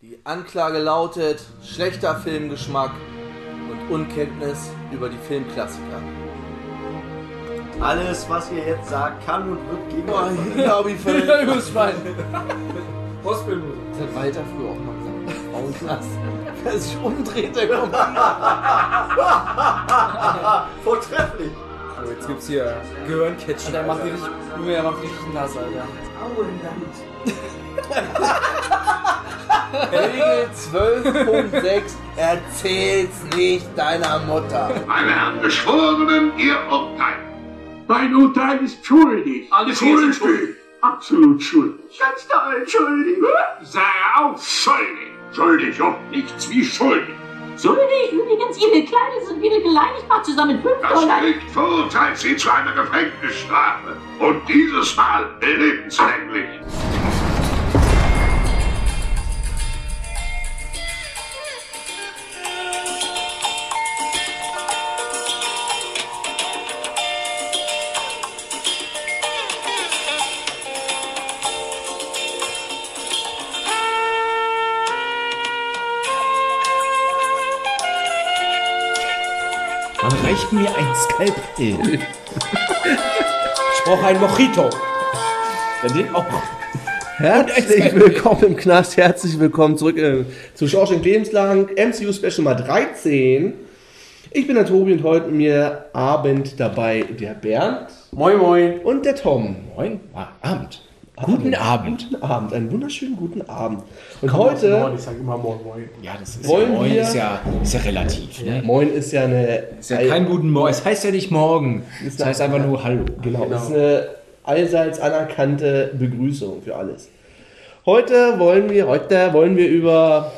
Die Anklage lautet schlechter Filmgeschmack und Unkenntnis über die Filmklassiker. Alles, was ihr jetzt sagt, kann und wird gegen euch. Ja, wie verrückt. Ja, übers Schwein. Postbildmusik. Das hat Walter früher auch mal gesagt. Frauenknast. Wer sich umdreht, der kommt. Vortrefflich. So, jetzt gibt's hier Gehirncatchen. Der macht richtig nass, Alter. Regel 12.6. Erzähl's nicht deiner Mutter. Meine Herren Geschworenen, Ihr Urteil. Mein Urteil ist schuldig. Alles hier sind schuldig. Absolut schuldig. Ganz da entschuldig. Sei auch schuldig. Schuldig und nichts wie schuldig. Schuldig, übrigens, Ihre Kleider sind wieder gereinigt, zusammen 5 Das Dollar. Gericht verurteilt Sie zu einer Gefängnisstrafe. Und dieses Mal lebenslänglich. Man reicht mir ein Skalpell. Ich brauche ein Mojito. Dann den auch. Herzlich willkommen im Knast, herzlich willkommen zurück zu Shawshank Lebenslang, MCU Special Nummer 13. Ich bin der Tobi und heute mit mir Abend dabei der Bernd. Moin, moin. Und der Tom. Moin. Abend. Guten Abend. Guten Abend, einen wunderschönen guten Abend. Und Norden, heute ich sag immer moin, moin. Ja, das ist Wollen ja, Moin wir- ist ja relativ. Ne? Moin ist ja eine... Ist ja kein guten Morgen. Es heißt ja nicht morgen. Es heißt einfach nur Hallo. Genau, das ist eine allseits anerkannte Begrüßung für alles. Heute wollen wir über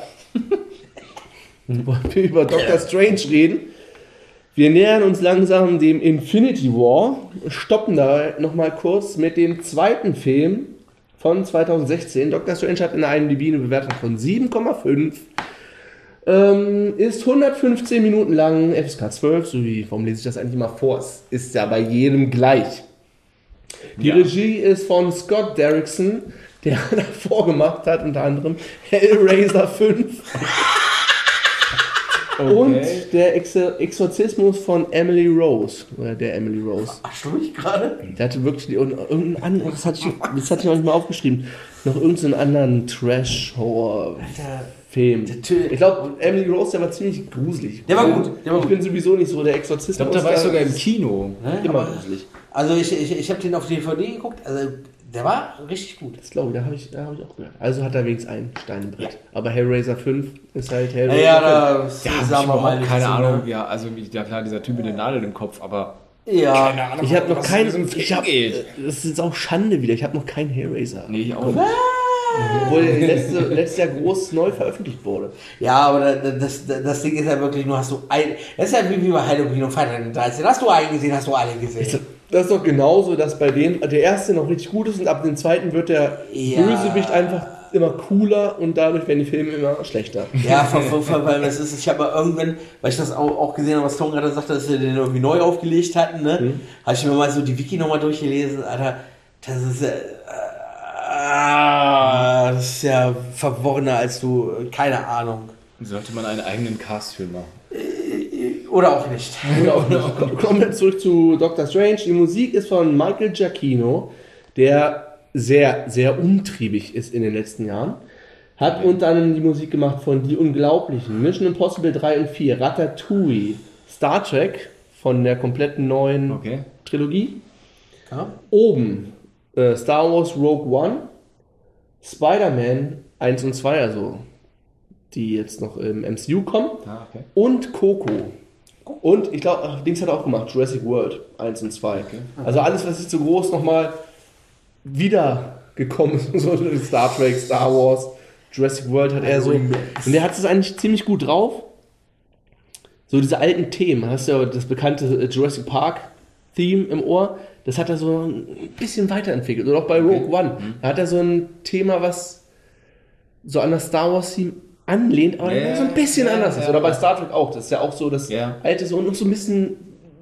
Doctor Strange reden. Wir nähern uns langsam dem Infinity War, stoppen da nochmal kurz mit dem zweiten Film von 2016. Doctor Strange hat in der IMDb eine Bewertung von 7,5. Ist 115 Minuten lang, FSK 12, sowie, warum lese ich das eigentlich immer vor? Es ist ja bei jedem gleich. Die Regie ist von Scott Derrickson, der davor gemacht hat, unter anderem Hellraiser 5. Und der Exorzismus von Emily Rose. Oder der Emily Rose. Hast du mich gerade? Der hatte wirklich irgendeinen anderen, das hatte ich noch nicht mal aufgeschrieben, noch irgendeinen anderen Trash-Horror-Film. Ich glaube, Emily Rose, der war ziemlich gruselig. Der war gut. Ich bin sowieso nicht so der Exorzismus. Ich glaube, da war ich sogar im Kino. Immer gruselig. Also ich habe den auf DVD geguckt, also der war richtig gut. Das glaube ich, da hab ich auch gehört. Also hat er wenigstens ein Stein im Brett. Aber Hellraiser 5 ist halt Hellraiser Ja, 5. da Ja, sagen wir mal überhaupt keine nichts zu, Ahnung. ne? Ja, also ja klar, dieser Typ mit den Nadeln im Kopf, aber Ja. keine Ahnung. Ich habe noch was keinen. in diesem Film geht. Das ist jetzt auch Schande wieder. Ich habe noch keinen Hellraiser. Nee, ich auch nicht. Obwohl der letztes Jahr groß neu veröffentlicht wurde. Ja, aber das Ding ist ja wirklich nur, hast du ein. Das ist ja wie bei Halloween und Freitag den 13. Hast du einen gesehen, hast du alle gesehen. Das ist doch genauso, dass bei dem der erste noch richtig gut ist und ab dem zweiten wird der Ja. Bösewicht einfach immer cooler und dadurch werden die Filme immer schlechter. Ja, weil das ist, ich habe mal irgendwann, weil ich das auch gesehen habe, was Tom gerade sagte, dass wir den irgendwie neu aufgelegt hatten, ne? Habe ich mir mal so die Wiki nochmal durchgelesen, Alter, das ist das ist ja verworrener als du, keine Ahnung. Sollte man einen eigenen Cast für machen. Oder auch nicht. Kommen wir zurück zu Doctor Strange. Die Musik ist von Michael Giacchino, der sehr, sehr umtriebig ist in den letzten Jahren. Hat unter anderem die Musik gemacht von Die Unglaublichen, Mission Impossible 3 und 4, Ratatouille, Star Trek von der kompletten neuen Trilogie. Ja. Oben Star Wars Rogue One, Spider-Man 1 und 2, also die jetzt noch im MCU kommen, und Coco. Und ich glaube, Dings hat er auch gemacht, Jurassic World 1 und 2. Also alles, was jetzt so groß nochmal wiedergekommen ist, so Star Trek, Star Wars, Jurassic World hat er so. Und der hat es eigentlich ziemlich gut drauf. So diese alten Themen, hast du ja das bekannte Jurassic Park Theme im Ohr, das hat er so ein bisschen weiterentwickelt. Oder auch bei Rogue One, da hat er so ein Thema, was so an das Star Wars Theme anlehnt, aber so ein bisschen anders ist. Oder bei Star Trek auch, das ist ja auch so das alte, so, und noch so ein bisschen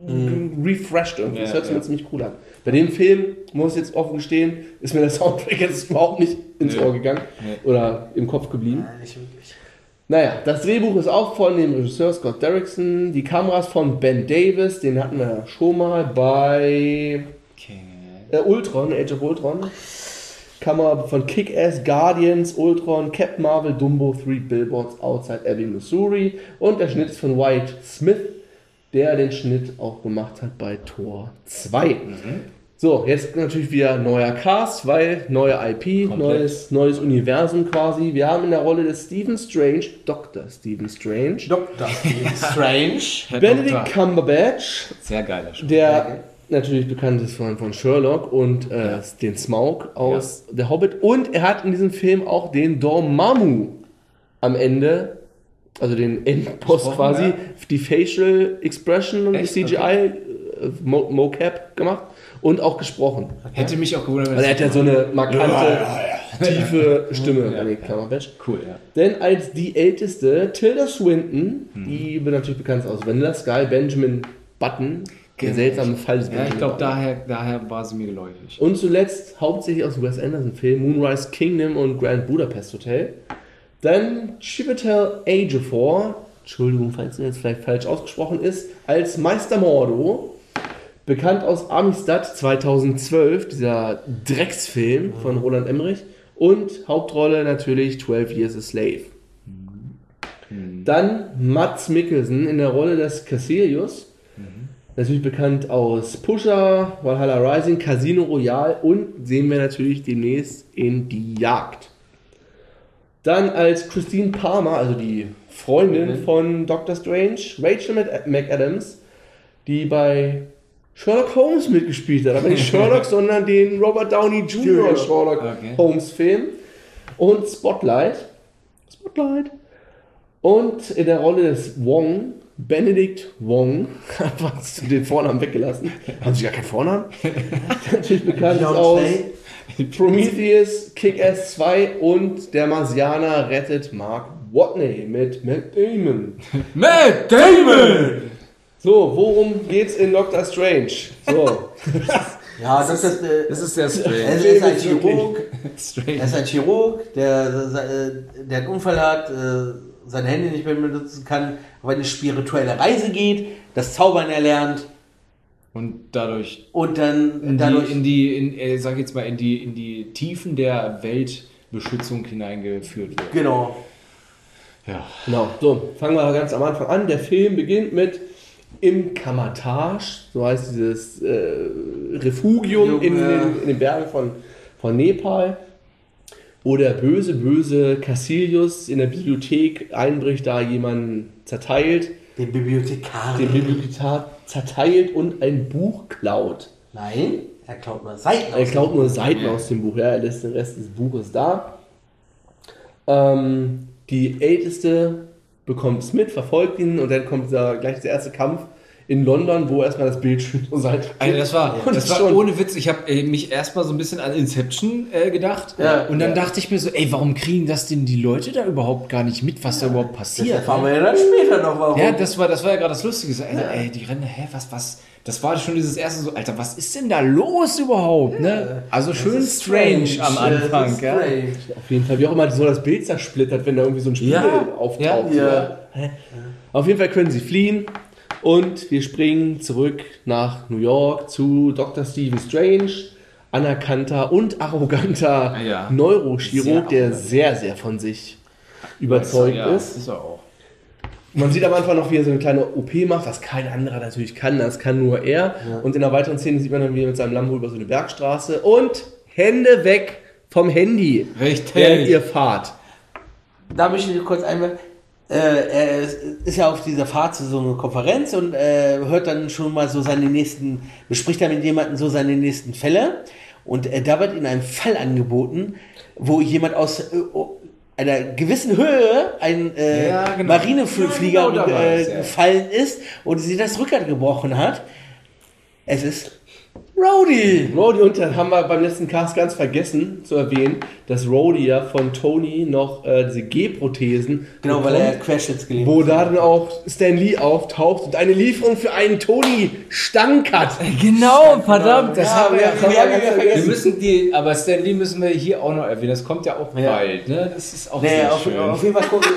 refreshed irgendwie. Das Ja, hört sich ja. mir ziemlich cool an. Bei dem Film, muss ich jetzt offen gestehen, ist mir der Soundtrack jetzt überhaupt nicht ins Ohr gegangen oder im Kopf geblieben. Nicht wirklich. Naja, das Drehbuch ist auch von dem Regisseur Scott Derrickson, die Kameras von Ben Davis, den hatten wir ja schon mal bei Ultron, Age of Ultron. Kamera von Kick-Ass, Guardians, Ultron, Captain Marvel, Dumbo, 3 Billboards Outside Ebbing, Missouri. Und der Schnitt ist von Wyatt Smith, der den Schnitt auch gemacht hat bei Thor 2. So, jetzt natürlich wieder neuer Cast, weil neue IP, neues Universum quasi. Wir haben in der Rolle des Stephen Strange, Dr. Stephen Strange, Dr. Strange. Benedict Cumberbatch, Sehr geiler Spiel. der natürlich bekannt ist von Sherlock und den Smaug aus Der Hobbit. Und er hat in diesem Film auch den Dormammu am Ende, also den Endboss quasi, die Facial Expression und Echt? CGI Mocap gemacht und auch gesprochen. Hätte mich auch gewundert, wenn Also er hat ja so eine markante, tiefe Stimme, Benedict Cumberbatch. Cool, ja. Denn als die älteste Tilda Swinton, die wird natürlich bekannt aus Vanilla Sky, Benjamin Button, der seltsame Fall des Ja, Benjamin ich glaube, Button. daher war sie mir geläufig. Und zuletzt hauptsächlich aus dem Wes Anderson-Film Moonrise Kingdom und Grand Budapest Hotel. Dann Chiwetel Ejiofor, Entschuldigung, falls er jetzt vielleicht falsch ausgesprochen ist, als Meister Mordo, bekannt aus Amistad 2012, dieser Drecksfilm von Roland Emmerich, und Hauptrolle natürlich 12 Years a Slave. Dann Mads Mikkelsen in der Rolle des Cassilius, natürlich bekannt aus Pusher, Valhalla Rising, Casino Royale und sehen wir natürlich demnächst in Die Jagd. Dann als Christine Palmer, also die Freundin von Dr. Strange, Rachel McAdams, die bei Sherlock Holmes mitgespielt hat. Aber nicht Sherlock, sondern den Robert Downey Jr. Sherlock Holmes Film. Und Spotlight. Und in der Rolle des Wong, Benedict Wong, hat den Vornamen weggelassen. Haben sie gar keinen Vornamen? Natürlich bekannt aus Prometheus, Kick-Ass 2 und Der Marsianer rettet Mark Watney mit Matt Damon. Matt Damon! So, worum geht's in Doctor Strange? So. Ja, das ist sehr strange. Er ist ein Chirurg. Strange. Er ist ein Chirurg, der einen Unfall hat, seine Hände nicht mehr benutzen kann, auf eine spirituelle Reise geht, das Zaubern erlernt. Und dadurch Und dann in die Tiefen der Weltbeschützung hineingeführt wird. Genau. Ja. Genau. So, fangen wir ganz am Anfang an. Der Film beginnt mit im Kamatage, so heißt dieses Refugium in den Bergen von Nepal, wo der böse Cassilius in der Bibliothek einbricht, da jemanden zerteilt. Den Bibliothekar Zerteilt und ein Buch klaut. Nein, er klaut nur Seiten. Er klaut nur Seiten aus dem Buch, ja, er lässt den Rest des Buches da. Die Älteste bekommt es mit, verfolgt ihn und dann kommt gleich der erste Kampf in London, wo erstmal das Bild schön zur Seite geht. Also das war schon ohne Witz. Ich habe mich erstmal so ein bisschen an Inception gedacht. Ja. Und dann dachte ich mir so, warum kriegen das denn die Leute da überhaupt gar nicht mit, was da überhaupt passiert? Das erfahren wir ja dann später noch, warum. Ja, das war ja gerade das Lustige. So, die rennen, was? Das war schon dieses erste so, Alter, was ist denn da los überhaupt? Ne? Also schön strange am Anfang. Das ist Ja? strange. Auf jeden Fall, wie auch immer so das Bild zersplittert, wenn da irgendwie so ein Spiegel auftaucht. Ja. Auf jeden Fall können sie fliehen und wir springen zurück nach New York zu Dr. Stephen Strange, anerkannter und arroganter Neurochirurg, der sehr, sehr von sich überzeugt ist. Ist er auch. Man sieht am Anfang noch, wie er so eine kleine OP macht, was kein anderer natürlich kann, das kann nur er. Ja. Und in einer weiteren Szene sieht man dann, wie er mit seinem Lambo über so eine Bergstraße und Hände weg vom Handy, Richtig. während ihr fahrt. Da möchte ich kurz einmal. Er ist ja auf dieser Fahrt zu so einer Konferenz und hört dann schon mal so bespricht dann mit jemandem so seine nächsten Fälle. Und da wird ihm ein Fall angeboten, wo jemand aus einer gewissen Höhe, ein Marineflieger gefallen ist und sie das Rückgrat gebrochen hat. Es ist Rhodey! Rhodey, und dann haben wir beim letzten Cast ganz vergessen zu erwähnen, dass Rhodey ja von Tony noch diese G-Prothesen Genau, weil er querschnittsgelähmt wo da dann auch Stan Lee auftaucht und eine Lieferung für einen Tony Stank hat. Genau, verdammt. Das Ja, haben wir vergessen. Wir müssen aber Stan Lee müssen wir hier auch noch erwähnen. Das kommt ja auch bald. Ne? Das ist auch sehr schön. Auf jeden Fall gucken.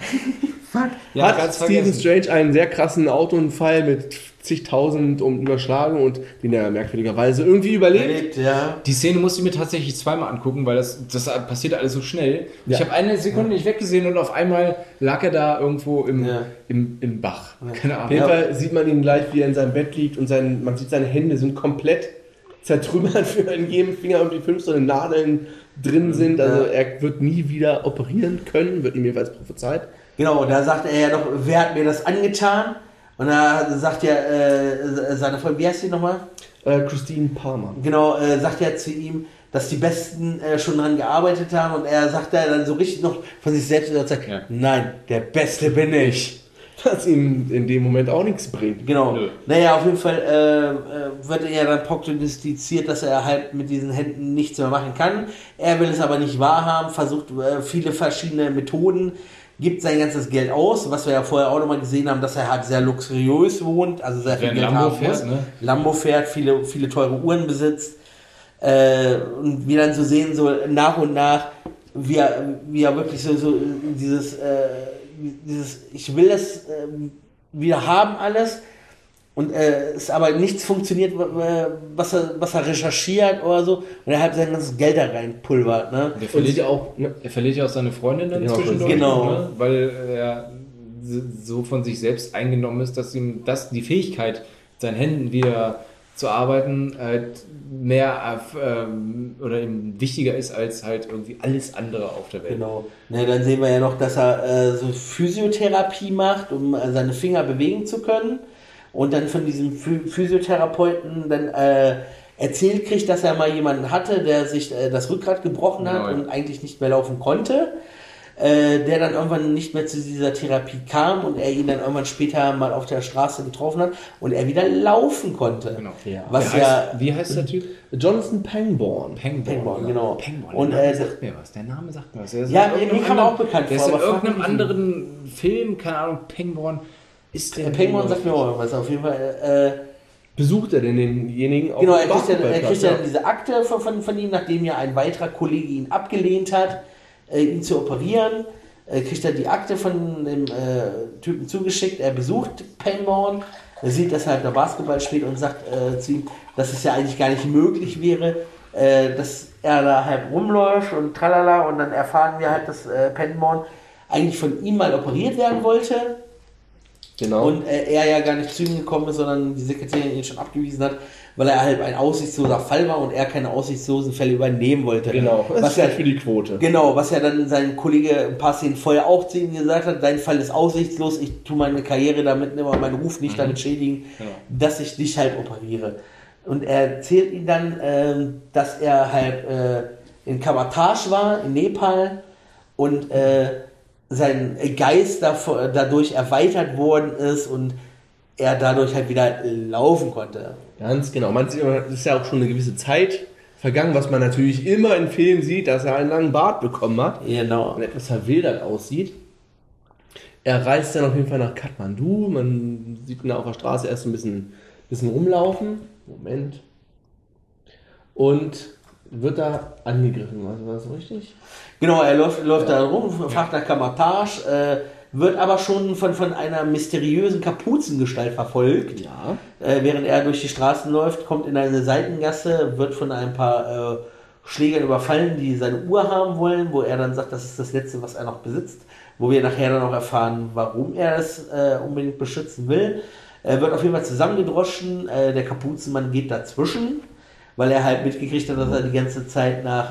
Ja, Hat Stephen Strange einen sehr krassen Autounfall mit zigtausend Überschlagungen und den er merkwürdigerweise irgendwie überlebt. Ja. Die Szene musste ich mir tatsächlich zweimal angucken, weil das passiert alles so schnell. Ja. Ich habe eine Sekunde nicht weggesehen und auf einmal lag er da irgendwo im Bach. Keine Ahnung. Auf jeden Fall sieht man ihn gleich, wie er in seinem Bett liegt und man sieht, seine Hände sind komplett zertrümmert, für in jedem Finger irgendwie 5 so Nadeln drin sind. Also er wird nie wieder operieren können, wird ihm jedenfalls prophezeit. Genau, da sagt er ja noch, wer hat mir das angetan? Und da sagt ja seine Freundin, wie heißt die nochmal? Christine Palmer. Genau, sagt er zu ihm, dass die Besten schon dran gearbeitet haben und er sagt da dann so richtig noch von sich selbst überzeugt, nein, der Beste bin ich. Was ihm in dem Moment auch nichts bringt. Genau. Nö. Naja, auf jeden Fall wird er ja dann prognostiziert, dass er halt mit diesen Händen nichts mehr machen kann. Er will es aber nicht wahrhaben, versucht viele verschiedene Methoden, gibt sein ganzes Geld aus, was wir ja vorher auch nochmal gesehen haben, dass er halt sehr luxuriös wohnt, also sehr viel Geld Lambo haben muss. Ne? Lambo fährt, viele teure Uhren besitzt. Und wir dann so sehen, so nach und nach, wie er wirklich so dieses ich will das wieder haben alles und es aber nichts funktioniert, was er recherchiert oder so und er halt sein ganzes Geld da reinpulvert. Ne? Er verliert ja auch seine Freundin dann zwischendurch, ne? Weil er so von sich selbst eingenommen ist, dass ihm die Fähigkeit, seinen Händen wieder zu arbeiten, halt mehr oder ihm wichtiger ist als halt irgendwie alles andere auf der Welt. Genau. Ne, dann sehen wir ja noch, dass er so Physiotherapie macht, um seine Finger bewegen zu können und dann von diesem Physiotherapeuten dann erzählt kriegt, dass er mal jemanden hatte, der sich das Rückgrat gebrochen hat und eigentlich nicht mehr laufen konnte. Der dann irgendwann nicht mehr zu dieser Therapie kam und er ihn dann irgendwann später mal auf der Straße getroffen hat und er wieder laufen konnte. Genau. Ja. Wie heißt der Typ? Jonathan Pangborn. Pangborn, genau. Pangborn. Und sagt mir was. Der Name sagt mir was. Ja, mir kam auch bekannt vor. Der ist in irgendeinem anderen Film, keine Ahnung, Pangborn. Pangborn sagt mir auch was. Auf jeden Fall. Besucht er denn denjenigen auch? Genau, er kriegt ja diese Akte von ihm, nachdem ja ein weiterer Kollege ihn abgelehnt hat, ihn zu operieren, kriegt er die Akte von dem Typen zugeschickt, er besucht Pangborn, er sieht, dass er halt da Basketball spielt und sagt zu ihm, dass es ja eigentlich gar nicht möglich wäre, dass er da halt rumläuft und tralala und dann erfahren wir halt, dass Pangborn eigentlich von ihm mal operiert werden wollte. Genau. Und er ja gar nicht zu ihm gekommen ist, sondern die Sekretärin ihn schon abgewiesen hat, weil er halt ein aussichtsloser Fall war und er keine aussichtslosen Fälle übernehmen wollte. Genau, was ja für die Quote. Genau, was ja dann sein Kollege ein paar Szenen vorher auch zu ihm gesagt hat, dein Fall ist aussichtslos, ich tue meine Karriere damit, aber meinen Ruf nicht damit schädigen, dass ich dich halt operiere. Und er erzählt ihm dann, dass er halt in Kamatage war, in Nepal und sein Geist dadurch erweitert worden ist und er dadurch halt wieder laufen konnte. Ganz genau. Es ist ja auch schon eine gewisse Zeit vergangen, was man natürlich immer in Filmen sieht, dass er einen langen Bart bekommen hat. Genau. Und etwas verwildert aussieht. Er reist dann auf jeden Fall nach Kathmandu. Man sieht ihn auf der Straße erst ein bisschen rumlaufen. Moment. Und wird da angegriffen. War das richtig? Genau, er läuft da rum, fragt nach Kamatage, wird aber schon von einer mysteriösen Kapuzengestalt verfolgt. Ja. Während er durch die Straßen läuft, kommt in eine Seitengasse, wird von ein paar Schlägern überfallen, die seine Uhr haben wollen, wo er dann sagt, das ist das Letzte, was er noch besitzt. Wo wir nachher dann auch erfahren, warum er es unbedingt beschützen will. Er wird auf jeden Fall zusammengedroschen, der Kapuzenmann geht dazwischen, weil er halt mitgekriegt hat, dass er die ganze Zeit nach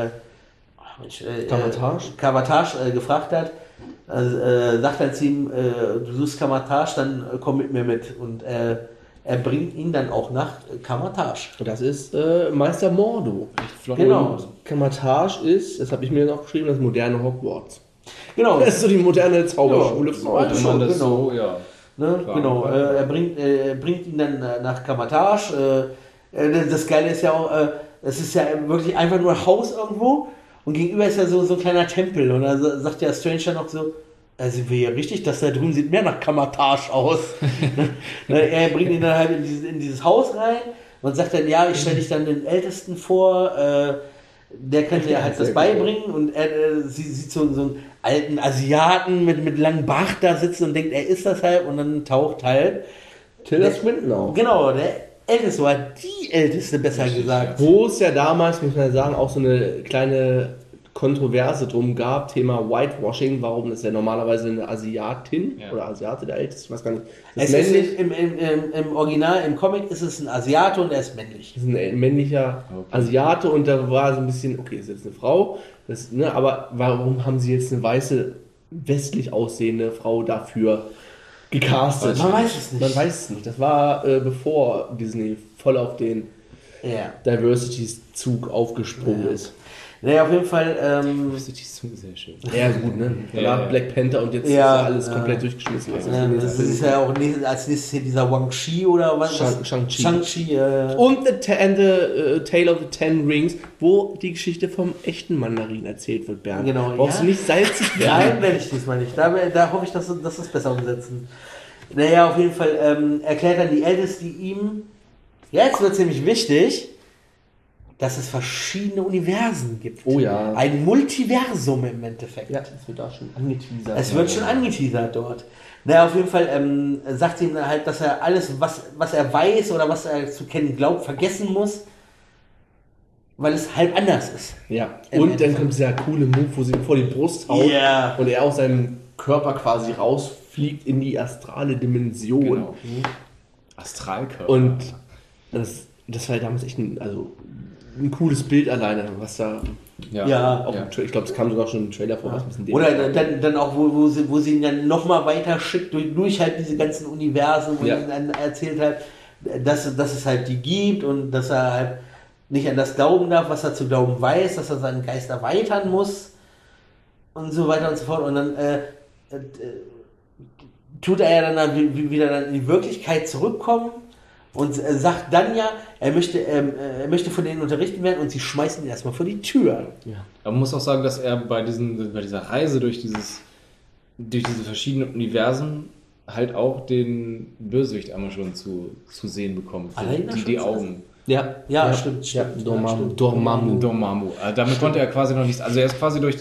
Kamatage gefragt hat. Sagt er zu ihm, du suchst Kamatage, dann komm mit mir mit. Und er bringt ihn dann auch nach Kamatage. Das ist Meister Mordo. Genau. Und Kamatage ist, das habe ich mir noch geschrieben, das moderne Hogwarts. Genau. Das ist so die moderne Zauberschule. Er bringt ihn dann nach Kamatage. Das Geile ist ja auch, es ist ja wirklich einfach nur ein Haus irgendwo und gegenüber ist ja so ein kleiner Tempel und da sagt der Strange dann noch so, sind wir hier richtig? Das da drüben sieht mehr nach Kammertage aus. Er bringt ihn dann halt in dieses Haus rein und sagt dann, ja, ich stelle dich dann den Ältesten vor, der kann dir halt das beibringen und sie sieht so einen alten Asiaten mit langem Bart da sitzen und denkt, er ist das halt und dann taucht halt Tilda Swinton auf. Genau, der Älteste, oder die Älteste besser gesagt. Wo es ja damals, muss man ja sagen, auch so eine kleine Kontroverse drum gab, Thema Whitewashing, warum ist ja normalerweise eine Asiatin oder Asiate der Älteste, ich weiß gar nicht. Es ist im Original, im Comic ist es ein Asiate und er ist männlich. Das ist ein männlicher Asiate und da war so ein bisschen, okay, ist jetzt eine Frau, aber warum haben sie jetzt eine weiße, westlich aussehende Frau dafür gecastet? Man weiß es nicht. Man weiß es nicht. Das war bevor Disney voll auf den Diversity-Zug aufgesprungen ist. Naja, auf jeden Fall. Diversity-Zug ist sehr schön. Ja, gut, ne? Ja. Black Panther und jetzt ist alles komplett durchgeschmissen. Das ist ja auch als nächstes hier dieser Wang-Chi oder was? Shang-Chi. Shang-Chi. Und The Tale of the Ten Rings, wo die Geschichte vom echten Mandarin erzählt wird, Bernd. Genau. Brauchst du nicht salzig werden? Nein, werde ich diesmal nicht. Da hoffe ich, dass das besser umsetzen. Naja, auf jeden Fall erklärt dann die Älteste ihm, jetzt wird es nämlich wichtig, dass es verschiedene Universen gibt. Oh ja. Ein Multiversum im Endeffekt. Ja, das wird da schon angeteasert. Es wird schon angeteasert dort. Naja, auf jeden Fall sagt sie ihm dann halt, dass er alles, was er weiß oder was er zu kennen glaubt, vergessen muss, weil es halb anders ist. Ja, und dann kommt dieser coole Move, wo sie ihm vor die Brust haut und er aus seinem Körper quasi rausfliegt in die astrale Dimension. Genau. Astralkörper. Und das war ja damals echt ein cooles Bild alleine, was da ich glaube, es kam sogar schon im Trailer vor. Was ein bisschen oder dann auch, wo sie ihn dann nochmal weiter schickt, durch halt diese ganzen Universen, wo sie dann erzählt hat, dass es halt die gibt und dass er halt nicht an das glauben darf, was er zu glauben weiß, dass er seinen Geist erweitern muss und so weiter und so fort. Und dann tut er ja dann wieder dann in die Wirklichkeit zurückkommen und sagt dann ja, er möchte von denen unterrichtet werden und sie schmeißen ihn erstmal vor die Tür. Ja. Aber man muss auch sagen, dass er bei dieser Reise durch diese verschiedenen Universen halt auch den Bösewicht einmal schon zu sehen bekommt. Die Augen. Ja, stimmt. Dormammu. Damit konnte er quasi noch nichts. Also er ist quasi durch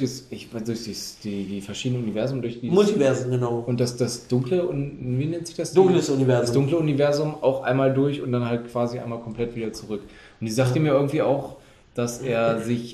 die verschiedenen Universen, durch die Multiversen, genau. Und das dunkle und wie nennt sich das? Dunkles Universum. Das dunkle Universum auch einmal durch und dann halt quasi einmal komplett wieder zurück. Und die sagte mir irgendwie auch, dass er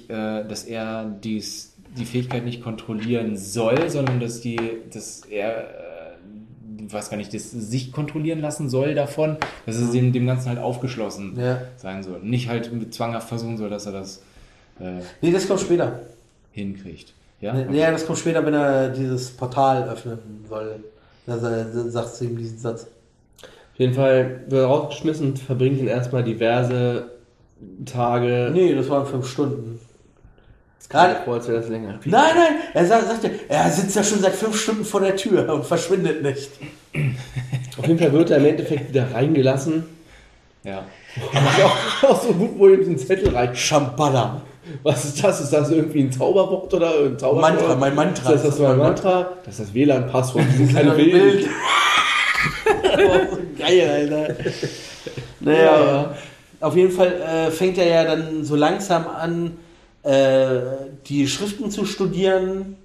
die Fähigkeit nicht kontrollieren soll, sondern dass er weiß gar nicht, das sich kontrollieren lassen soll davon, dass es dem Ganzen halt aufgeschlossen sein soll. Nicht halt mit zwanghaft versuchen soll, dass er das das kommt später. Hinkriegt. Ja? Nee, das kommt später, wenn er dieses Portal öffnen soll. Da sagt sie ihm diesen Satz. Auf jeden Fall wird er rausgeschmissen und verbringt ihn erstmal diverse Tage. Nee, das waren 5 Stunden. Gerade als wäre das länger. Nein, er sagt, er sitzt ja schon seit 5 Stunden vor der Tür und verschwindet nicht. Auf jeden Fall wird er im Endeffekt wieder reingelassen. Ja. auch so gut, wo ihm den Zettel rein. Shambhala. Was ist das? Ist das irgendwie ein Zauberwort oder ein Zauberwort? Mantra, mein Mantra. Ist das mein Mantra? Das ist das WLAN-Passwort. Die sind keine Bild. Oh, geil, Alter. Naja, auf jeden Fall fängt er ja dann so langsam an, die Schriften zu studieren.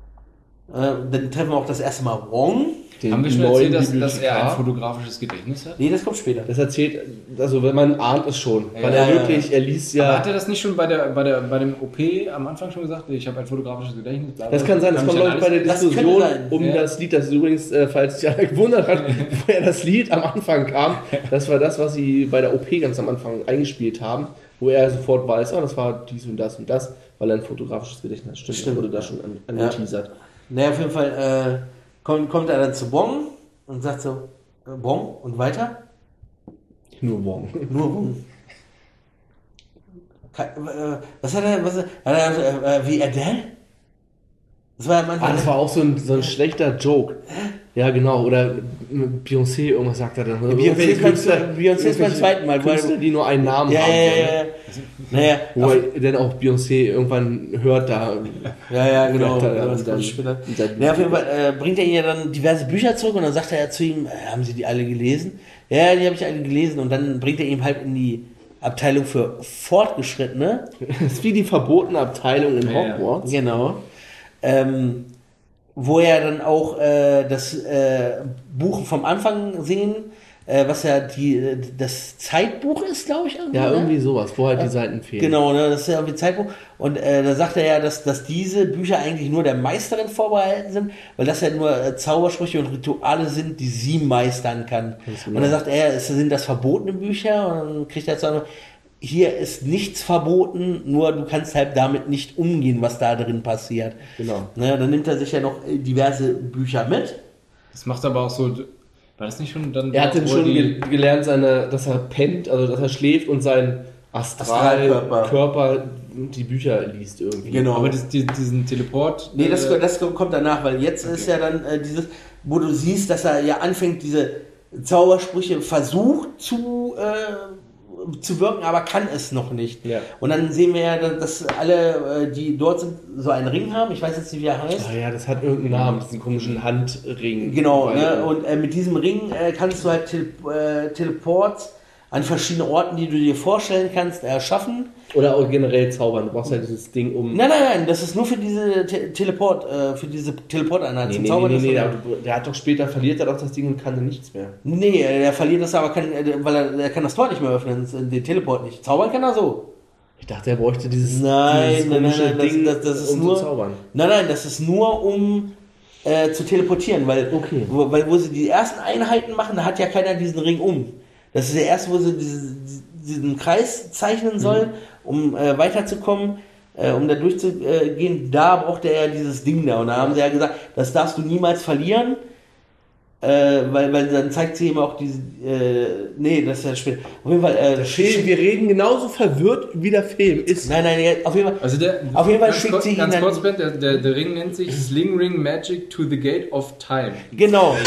Dann treffen wir auch das erste Mal Wong. Haben wir schon erzählt, dass er ein fotografisches Gedächtnis hat? Nee, das kommt später. Das erzählt, also wenn man ahnt es schon. Weil er liest ja... Aber hat er das nicht schon bei dem OP am Anfang schon gesagt? Ich habe ein fotografisches Gedächtnis. Das kann sein, das kommt glaube ich bei der Diskussion das Lied, das ist übrigens, falls sich einer gewundert hat, woher das Lied am Anfang kam. Das war das, was sie bei der OP ganz am Anfang eingespielt haben, wo er sofort weiß, das war dies und das, weil er ein fotografisches Gedächtnis hat. Stimmt. Wurde da schon angeteasert. Naja, auf jeden Fall kommt er dann zu Wong und sagt so, Wong und weiter? Nur Wong. Nur Wong. Was hat er wie Adele? Das war auch so ein schlechter Joke. Ja, genau. Oder Beyoncé, irgendwas sagt er dann. Beyoncé ist beim zweiten Mal. Künstler, die nur einen Namen ja, haben. Ja. Naja, wo er dann auch Beyoncé irgendwann hört da. Ja, genau. Auf jeden Fall bringt er ihr dann diverse Bücher zurück und dann sagt er ja zu ihm, haben Sie die alle gelesen? Ja, die habe ich alle gelesen und dann bringt er ihm halt in die Abteilung für Fortgeschrittene. Das ist wie die verbotene Abteilung in Hogwarts. Genau. Wo er dann auch das Buch vom Anfang sehen, was ja das Zeitbuch ist, glaube ich. Ja, irgendwie sowas, wo halt die Seiten fehlen. Genau, ne, das ist ja irgendwie Zeitbuch. Und da sagt er ja, dass diese Bücher eigentlich nur der Meisterin vorbehalten sind, weil das ja nur Zaubersprüche und Rituale sind, die sie meistern kann. Und dann sagt er, sind das verbotene Bücher? Und dann kriegt er zu sagen, hier ist nichts verboten, nur du kannst halt damit nicht umgehen, was da drin passiert. Genau. Ne, dann nimmt er sich ja noch diverse Bücher mit. Das macht aber auch so... War das nicht schon dann... Er hat dann schon gelernt, dass er pennt, also dass er schläft und sein Astralkörper die Bücher liest irgendwie. Genau. Aber diesen Teleport... Nee, das kommt danach, weil jetzt ist ja dann dieses, wo du siehst, dass er ja anfängt, diese Zaubersprüche versucht zu wirken, aber kann es noch nicht. Ja. Und dann sehen wir ja, dass alle, die dort sind, so einen Ring haben. Ich weiß jetzt nicht, wie er heißt. Ja, das hat irgendeinen Namen, diesen komischen Handring. Genau, ne? Und mit diesem Ring kannst du halt Teleports an verschiedene Orten, die du dir vorstellen kannst, erschaffen. Oder auch generell zaubern. Du brauchst halt dieses Ding Nein, das ist nur für diese Teleporteinheit zum Zaubern. Nee, der hat doch später, verliert er doch das Ding und kann dann nichts mehr. Nee, er verliert das aber, weil er kann das Tor nicht mehr öffnen, den Teleport nicht. Zaubern kann er so. Ich dachte, er bräuchte dieses komische Ding, das ist um nur, zu zaubern. Nein, das ist nur um zu teleportieren, weil wo sie die ersten Einheiten machen, da hat ja keiner diesen Ring um. Das ist der erste, wo sie diesen Kreis zeichnen soll, um weiterzukommen, um da durchzugehen. Da braucht er ja dieses Ding da. Und da haben sie ja gesagt, das darfst du niemals verlieren, weil dann zeigt sie ihm auch diese... nee, das ist ja später. Auf jeden Fall... wir reden genauso verwirrt, wie der Film ist. Nein, auf jeden Fall... Also auf jeden Fall schickt sie ihn ganz dann... kurz, Ben, der Ring nennt sich Sling Ring Magic to the Gate of Time. Genau,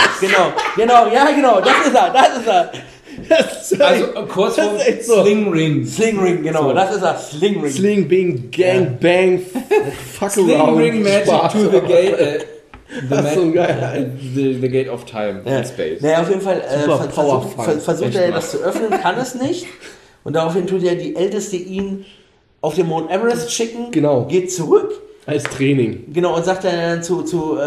das ist er. Also kurz vor so. Sling Ring. Sling Ring, genau, so. Das ist er, Sling Ring. Sling, Bing, Gang, Bang, fuck Sling around. Ring Magic Spaß. to the Gate... das ist so geil. The Gate of Time in Space. Naja, auf jeden Fall versucht er Echt das zu öffnen, kann es nicht. Und daraufhin tut ja die Älteste ihn auf den Mount Everest schicken, genau. Geht zurück. Als Training. Genau, und sagt dann zu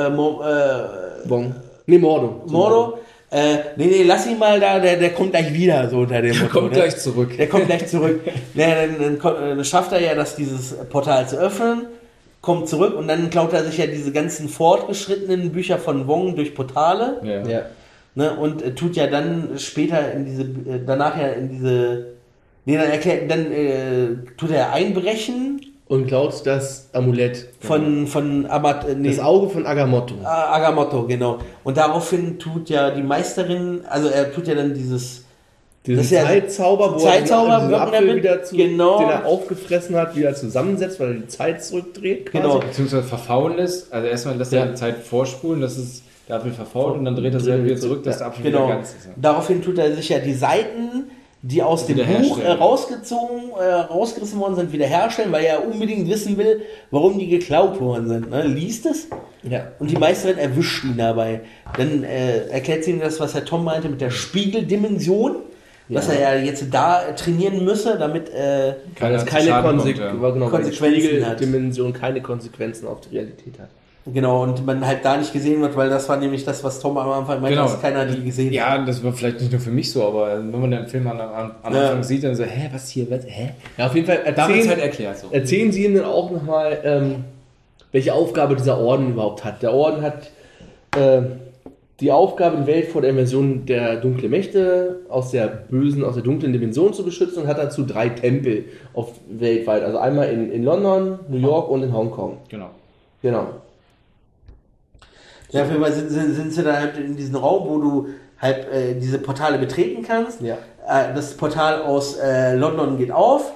Mordo. Nee, lass ihn mal da, der kommt gleich wieder, so unter dem Motto. Der kommt gleich zurück. Der kommt gleich zurück. Dann schafft er ja, dieses Portal zu öffnen, kommt zurück und dann klaut er sich ja diese ganzen fortgeschrittenen Bücher von Wong durch Portale. Ja. Ne, und tut ja dann später tut er einbrechen. Und klaut das Amulett. Das Auge von Agamotto. Agamotto, genau. Und daraufhin tut ja die Meisterin, also er tut ja dann diesen Zeitzauber, wo er diesen Apfel wieder den genau. er aufgefressen hat, wieder zusammensetzt, weil er die Zeit zurückdreht. Quasi. Genau. Beziehungsweise verfaulen lässt. Also erstmal lässt er die Zeit vorspulen, dass es der Apfel verfault und dann dreht er sich wieder zurück, dass der Apfel wieder ganz ist. Ja. Daraufhin tut er sich ja die Seiten, die aus dem Buch rausgerissen worden sind, wiederherstellen, weil er unbedingt wissen will, warum die geklaut worden sind. Ne? Liest es und die Meisterin erwischt ihn dabei. Dann erklärt sie ihm das, was Herr Tom meinte mit der Spiegeldimension, was er ja jetzt da trainieren müsse, damit keine Konsequenzen keine Konsequenzen auf die Realität hat. Genau, und man halt da nicht gesehen wird, weil das war nämlich das, was Tom am Anfang meinte, dass keiner die gesehen hat. Ja, das war vielleicht nicht nur für mich so, aber wenn man den Film am Anfang sieht, dann so, was hier, was, Ja, auf jeden Fall erzählen Sie ihm dann auch nochmal, welche Aufgabe dieser Orden überhaupt hat. Der Orden hat die Aufgabe, die Welt vor der Invasion der dunklen Mächte aus der dunklen Dimension zu beschützen und hat dazu 3 Tempel weltweit. Also einmal in London, New York und in Hongkong. Genau. Ja, auf jeden Fall sind sie da halt in diesem Raum, wo du halt diese Portale betreten kannst. Ja. Das Portal aus London geht auf.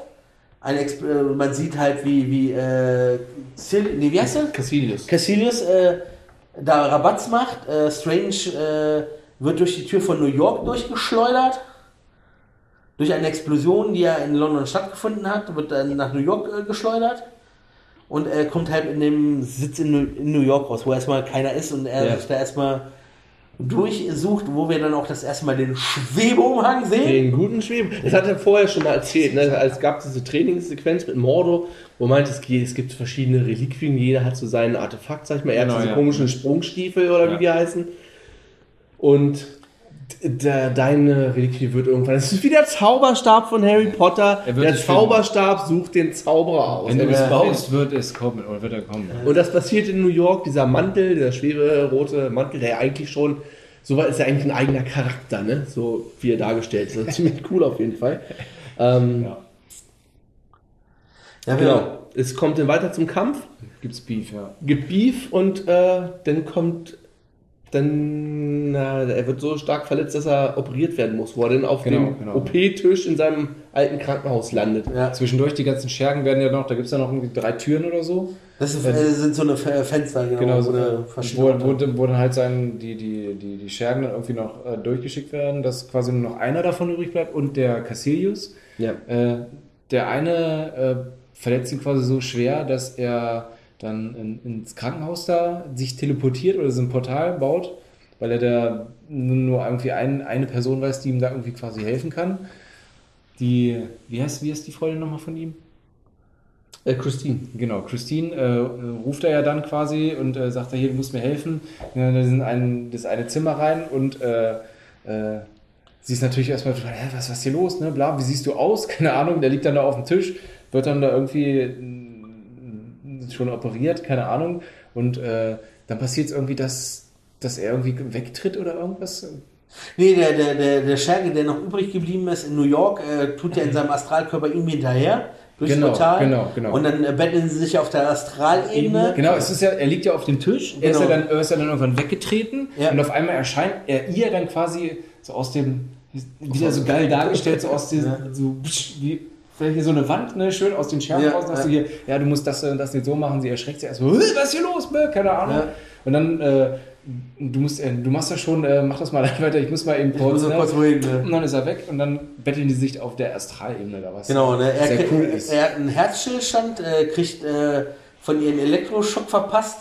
Man sieht halt wie heißt er? Cassilius da Rabatz macht. Strange wird durch die Tür von New York durchgeschleudert. Durch eine Explosion, die ja in London stattgefunden hat, wird dann nach New York geschleudert. Und er kommt halt in dem Sitz in New York raus, wo erstmal keiner ist und er sich da erstmal durchsucht, wo wir dann auch das erste Mal den Schwebeumhang sehen. Den guten Schweben. Das hat er vorher schon mal erzählt. Ne? Es gab diese Trainingssequenz mit Mordo, wo meint, es gibt verschiedene Reliquien, jeder hat so sein Artefakt, sag ich mal. Er hat diese komischen Sprungstiefel oder wie die heißen. Und deine Reliquie wird irgendwann. Das ist wie der Zauberstab von Harry Potter. Der Zauberstab sucht den Zauberer aus. Wenn du es baust, wird er kommen. Und das passiert in New York, dieser Mantel, der schweberote Mantel, der ja eigentlich schon, so ist ja eigentlich ein eigener Charakter, ne? So wie er dargestellt ist. Das ist ziemlich cool auf jeden Fall. Genau. Es kommt dann weiter zum Kampf. Gibt's Beef, Gibt Beef und er wird so stark verletzt, dass er operiert werden muss, wo er dann auf dem OP-Tisch in seinem alten Krankenhaus landet. Ja. Zwischendurch die ganzen Schergen werden ja noch, da gibt es ja noch irgendwie 3 Türen oder so. Das sind so eine Fenster, wo dann halt die Schergen dann irgendwie noch durchgeschickt werden, dass quasi nur noch einer davon übrig bleibt und der Cassilius. Ja. Der eine verletzt ihn quasi so schwer, dass er dann ins Krankenhaus da sich teleportiert oder so ein Portal baut, weil er da nur irgendwie eine Person weiß, die ihm da irgendwie quasi helfen kann. Wie heißt die Freundin nochmal von ihm? Christine. Genau, Christine ruft er ja dann quasi und sagt er, hier, du musst mir helfen. Ja, das eine Zimmer rein und sie ist natürlich erstmal, was ist hier los, ne? Bla, wie siehst du aus? Keine Ahnung, der liegt dann da auf dem Tisch, wird dann da irgendwie schon operiert, keine Ahnung. Und dann passiert es irgendwie, dass er irgendwie wegtritt oder irgendwas. Nee, der Scherge, der noch übrig geblieben ist in New York, tut ja in seinem Astralkörper ihm hinterher. Durchs Portal. Genau. Und dann betteln sie sich auf der Astralebene. Genau, er liegt ja auf dem Tisch. Er ist ja dann irgendwann weggetreten. Ja. Und auf einmal erscheint ihr dann quasi so aus dem, wieder so geil dargestellt, so aus dem, so wie hier so eine Wand, ne, schön aus den Scherben raus, sagst du hier, du musst das nicht so machen, sie erschreckt sich erst so, was ist hier los, keine Ahnung. Ja. Und dann, du machst das schon, mach das mal weiter, ich muss mal eben kurz, wohin, und dann ist er weg und dann betteln die sich auf der Astralebene da was. Genau, ne, er hat einen Herzstillstand, kriegt von ihr einen Elektroschock verpasst,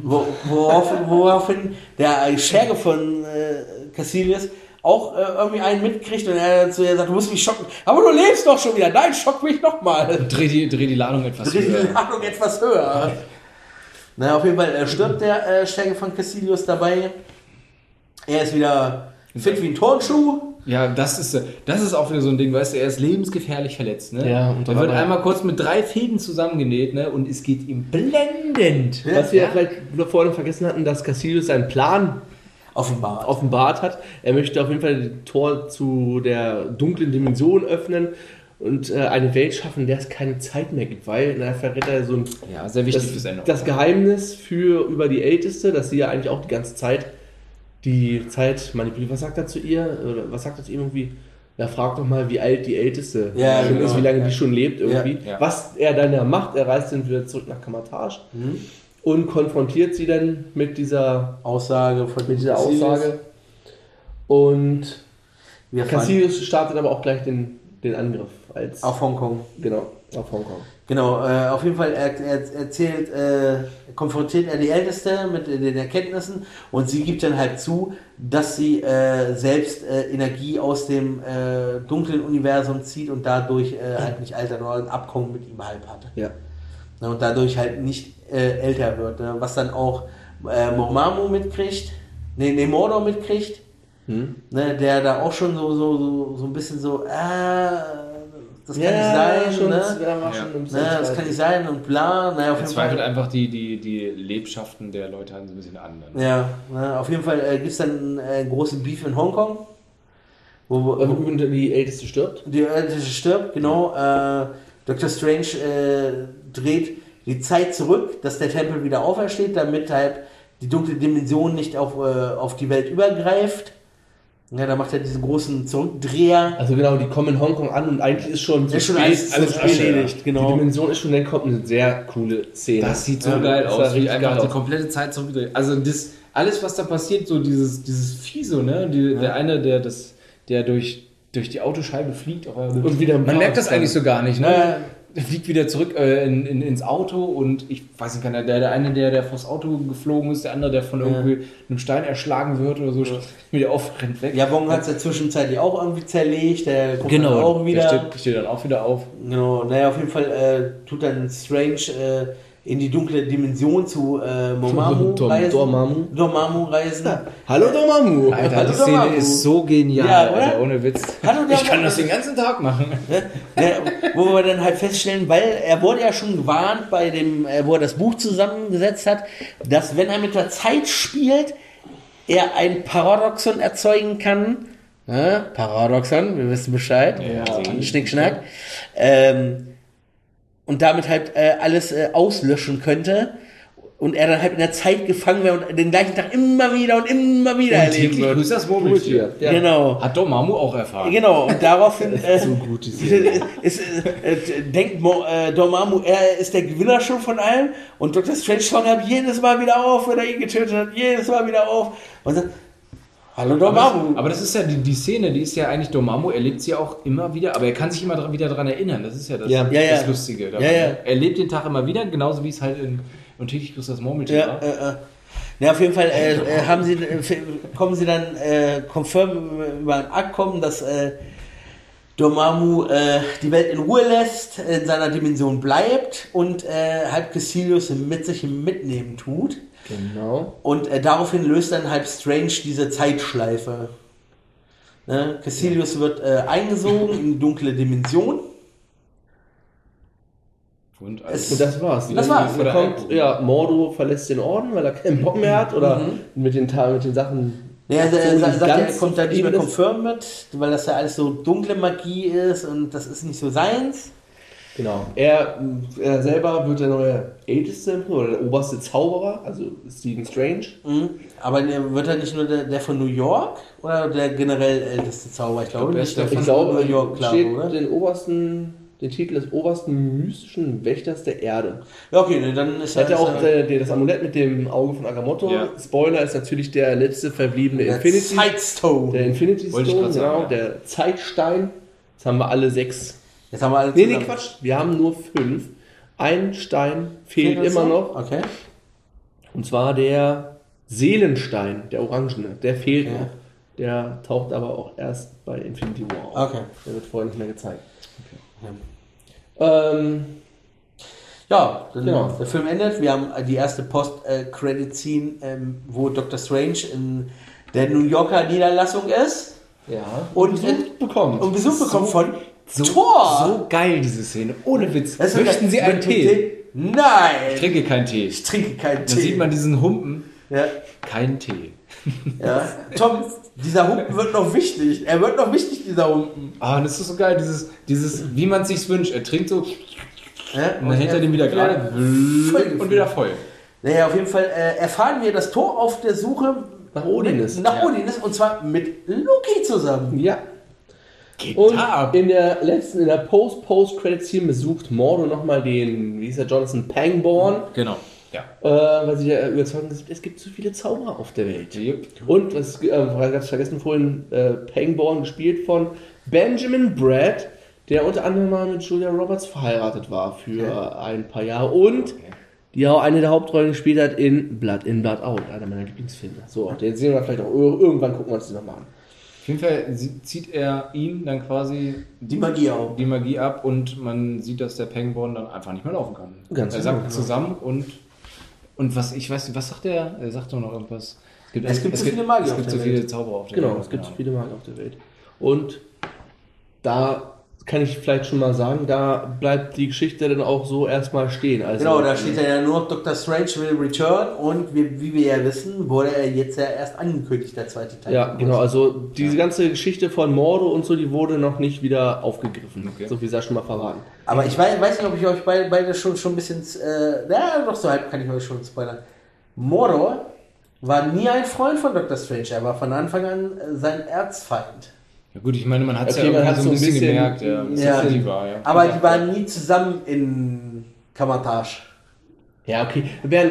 woraufhin der Scherge von Cassilius auch irgendwie einen mitkriegt und er zu ihr sagt, du musst mich schocken. Aber du lebst doch schon wieder. Nein, schock mich nochmal. Dreh die Ladung etwas höher. Na, auf jeden Fall stirbt der Scherge von Cassilius dabei. Er ist wieder fit wie ein Turnschuh. Ja, das ist auch wieder so ein Ding, weißt du, er ist lebensgefährlich verletzt, ne? Ja, und er wird einmal kurz mit 3 Fäden zusammengenäht, ne? Und es geht ihm blendend. Was wir vielleicht vorhin vergessen hatten, dass Cassilius seinen Plan offenbart hat. Er möchte auf jeden Fall das Tor zu der dunklen Dimension öffnen und eine Welt schaffen, in der es keine Zeit mehr gibt, weil da verrät er so ein sehr wichtig fürs Ende. Das Geheimnis über die Älteste, dass sie ja eigentlich auch die ganze Zeit die Zeit manipuliert. Was sagt er zu ihr? Oder was sagt er zu ihm irgendwie? Ja, frag doch mal, wie alt die Älteste schon ist, wie lange die schon lebt irgendwie. Ja. Was er dann ja macht, er reist dann wieder zurück nach Kamar-Taj. Und konfrontiert sie dann mit dieser Aussage. Und Cassilius startet aber auch gleich den Angriff. Auf Hongkong. Genau, auf Hongkong. Genau, auf jeden Fall konfrontiert er die Älteste mit den Erkenntnissen und sie gibt dann halt zu, dass sie selbst Energie aus dem dunklen Universum zieht und dadurch halt nicht altert oder ein Abkommen mit ihm halb hatte. Ja. Und dadurch halt nicht älter wird. Ne? Was dann auch Mordor mitkriegt. Ne? Der da auch schon so ein bisschen so, das kann nicht sein. Das kann nicht sein und bla. Naja, er zweifelt einfach die Lebschaften der Leute halt so ein bisschen an. Ja, auf jeden Fall gibt es dann einen großen Beef in Hongkong. Wo die Älteste stirbt. Die Älteste stirbt, genau. Dr. Strange dreht die Zeit zurück, dass der Tempel wieder aufersteht, damit halt die dunkle Dimension nicht auf die Welt übergreift. Ja, da macht er diesen großen Zurückdreher. Also genau, die kommen in Hongkong an und eigentlich ist schon alles erledigt, genau. Die Dimension ist schon, dann kommt eine sehr coole Szene. Das sieht so geil aus, wie einfach die aus. komplette Zeit zurückdreht. Also das, alles, was da passiert, so dieses Vieh so, ne? Der eine, der durch die Autoscheibe fliegt. Und wieder man merkt das eigentlich so gar nicht, ne? Er fliegt wieder zurück ins Auto und ich weiß nicht, der eine, der vors Auto geflogen ist, der andere, der von irgendwie einem Stein erschlagen wird oder so, wieder auf, rennt weg. Ja, Wong hat es ja zwischenzeitlich auch irgendwie zerlegt, der kommt genau, dann auch wieder. Der steht dann auch wieder auf. Genau, naja, auf jeden Fall tut dann Strange in die dunkle Dimension zu Dormammu reisen. Ja. Hallo Dormammu! Alter, Hallo die Szene Dormammu. ist so genial, Ja, oder? Alter, ohne Witz. Hallo Dormammu. Ich kann das den ganzen Tag machen. Wo wir dann halt feststellen, weil er wurde ja schon gewarnt bei dem, wo er das Buch zusammengesetzt hat, dass wenn er mit der Zeit spielt, er ein Paradoxon erzeugen kann. Paradoxon, wir wissen Bescheid. Ja. Schnickschnack. Und damit halt alles auslöschen könnte. Und er dann halt in der Zeit gefangen wäre und den gleichen Tag immer wieder erleben wird. Grüß das Murmeltier. Ja. Genau. Hat Dormammu auch erfahren. Genau, und daraufhin So gut, die Szene. denkt Dormammu, er ist der Gewinner schon von allem und Dr. Strange schaut halt jedes Mal wieder auf, wenn er ihn getötet hat, jedes Mal wieder auf und sagt, hallo Dormammu. Aber das ist ja die Szene, die ist ja eigentlich Dormammu, erlebt sie auch immer wieder, aber er kann sich immer wieder daran erinnern, das ist ja das Lustige daran. Er erlebt den Tag immer wieder, genauso wie es halt in Und täglich grüßt das Murmeltier war. Ja, auf jeden Fall kommen sie dann confirm über ein Abkommen, dass Dormammu die Welt in Ruhe lässt, in seiner Dimension bleibt und halb Caecilius mit sich mitnehmen tut. Genau. Und daraufhin löst dann halb Strange diese Zeitschleife. Ne? Caecilius wird eingesogen in die dunkle Dimension. Und das war's. Das war's. Mordo verlässt den Orden, weil er keinen Bock mehr hat oder mit den Sachen. Ja, er sagt, er kommt da nicht mehr confirm mit, weil das ja alles so dunkle Magie ist und das ist nicht so seins. Genau. Er selber wird der neue Älteste oder der oberste Zauberer, also Stephen Strange. Aber wird er nicht nur der von New York oder der generell älteste Zauberer? Ich glaube nicht, der von New York, klar, oder? Den Titel des obersten mystischen Wächters der Erde. Ja, okay, dann ist er. Hat ja auch das Amulett mit dem Auge von Agamotto. Ja. Spoiler ist natürlich der letzte verbliebene Infinity. Zeitstone. Der Infinity Stone, genau. Der Zeitstein. Jetzt haben wir alle 6. Jetzt haben wir alle Nee, Quatsch. Wir haben nur 5. Ein Stein fehlt immer noch. Okay. Und zwar der Seelenstein, der orangene. Der fehlt noch. Der taucht aber auch erst bei Infinity War auf. Okay. Der wird vorher nicht mehr gezeigt. Genau. Der Film endet. Wir haben die erste Post-Credit-Scene, wo Dr. Strange in der New Yorker Niederlassung ist. Ja. Und Besuch bekommt von Thor. So geil, diese Szene. Ohne Witz. Möchten Sie einen Tee? Nein. Ich trinke keinen Tee. Ich trinke keinen Tee. Da sieht man diesen Humpen. Ja. Kein Tee. Ja. Tom, dieser Humpen wird noch wichtig. Er wird noch wichtig, dieser Humpen. Ah, das ist so geil, dieses wie man es sich wünscht. Er trinkt so und dann hält er den wieder gerade und wieder voll. Naja, auf jeden Fall erfahren wir, dass Thor auf der Suche nach Odin ist. Und zwar mit Loki zusammen. Ja. Geht und ab. in der Post-Credit-Scene besucht Mordo nochmal den, wie hieß der, Jonathan Pangborn. Genau. Ja. Weil sie ja überzeugt sind, es gibt zu viele Zauberer auf der Welt. Yep. Und, das ganz vergessen vorhin, Pangborn gespielt von Benjamin Bratt, der unter anderem mal mit Julia Roberts verheiratet war für ein paar Jahre und die auch eine der Hauptrollen gespielt hat in Blood In, Blood Out, einer meiner Lieblingsfilme. So, den sehen wir vielleicht auch irgendwann, gucken wir uns den noch mal an. Auf jeden Fall zieht er ihm dann quasi die Magie ab und man sieht, dass der Pangborn dann einfach nicht mehr laufen kann. Ganz er sackt zusammen und was, ich weiß nicht, was sagt er? Er sagt doch noch irgendwas. Es gibt zu viele Magier auf der Welt. Es gibt zu viele Zauberer auf der Welt. Genau, es gibt zu viele Magier auf der Welt. Und da kann ich vielleicht schon mal sagen, da bleibt die Geschichte dann auch so erstmal stehen. Also genau, da steht ja nur, Dr. Strange will return und wie wir ja wissen, wurde er jetzt ja erst angekündigt, der zweite Teil. Ja, genau, also diese ganze Geschichte von Mordo und so, die wurde noch nicht wieder aufgegriffen. Okay. So viel sei schon mal verraten. Aber ich weiß nicht, ob ich euch beide schon ein bisschen, doch so halb kann ich euch schon spoilern. Mordor war nie ein Freund von Dr. Strange, er war von Anfang an sein Erzfeind. Ja gut, ich meine, man hat es Okay, ja man hat so ein bisschen gemerkt. Ja. Die war, ja. Aber die waren nie zusammen in Kamar-Taj. Ja, okay. Wir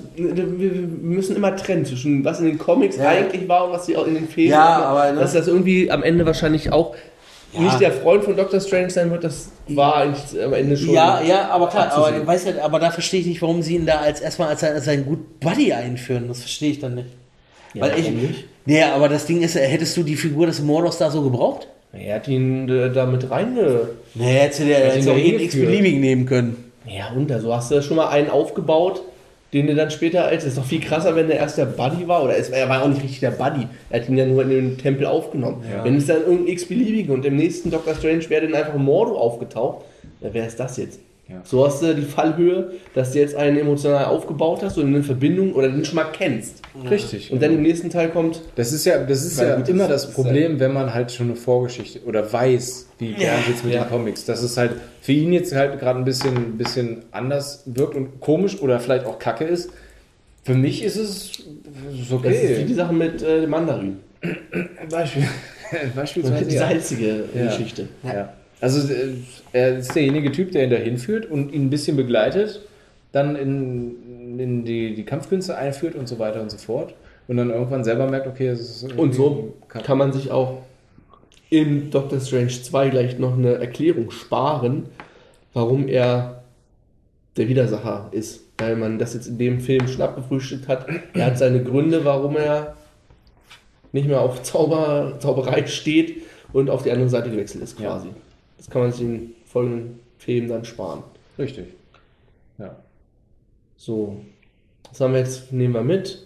müssen immer trennen zwischen was in den Comics eigentlich war und was sie auch in den Filmen Ja, aber ne? dass das irgendwie am Ende wahrscheinlich auch nicht der Freund von Dr. Strange sein wird, das war eigentlich am Ende schon. Ja, aber klar, aber du weißt ja, aber da verstehe ich nicht, warum sie ihn da erstmal als seinen Good Buddy einführen. Das verstehe ich dann nicht. Ja, Weil ja, aber das Ding ist, hättest du die Figur des Mordos da so gebraucht? Er hat ihn da mit Naja, hätte er auch jeden x-beliebigen nehmen können. Ja, und so hast du schon mal einen aufgebaut, den du dann später das ist doch viel krasser, wenn der erst der Buddy war, oder er war auch nicht richtig der Buddy, er hat ihn ja nur in den Tempel aufgenommen. Ja. Wenn es dann irgendein x-beliebigen und im nächsten Doctor Strange wäre dann einfach Mordo aufgetaucht, dann wäre es das jetzt. Ja. So hast du die Fallhöhe, dass du jetzt einen emotional aufgebaut hast und eine Verbindung oder den schon mal kennst. Richtig. Und dann im nächsten Teil kommt... Das ist ja immer das Problem, wenn man halt schon eine Vorgeschichte oder weiß, wie Bernd jetzt mit den Comics, dass es halt für ihn jetzt halt gerade ein bisschen anders wirkt und komisch oder vielleicht auch kacke ist. Für mich ist es okay. Das ist wie die Sache mit dem Mandarin. Beispielsweise. Die salzige Geschichte. Ja. Also er ist derjenige Typ, der ihn dahin führt und ihn ein bisschen begleitet, dann in die Kampfkünste einführt und so weiter und so fort. Und dann irgendwann selber merkt, okay, es ist... Und so kann man sich auch in Doctor Strange 2 gleich noch eine Erklärung sparen, warum er der Widersacher ist. Weil man das jetzt in dem Film schon abgefrühstückt hat. Er hat seine Gründe, warum er nicht mehr auf Zauberei steht und auf die andere Seite gewechselt ist quasi. Ja. Das kann man sich in folgenden Filmen dann sparen. Richtig. Ja. So. Was haben wir jetzt? Nehmen wir mit.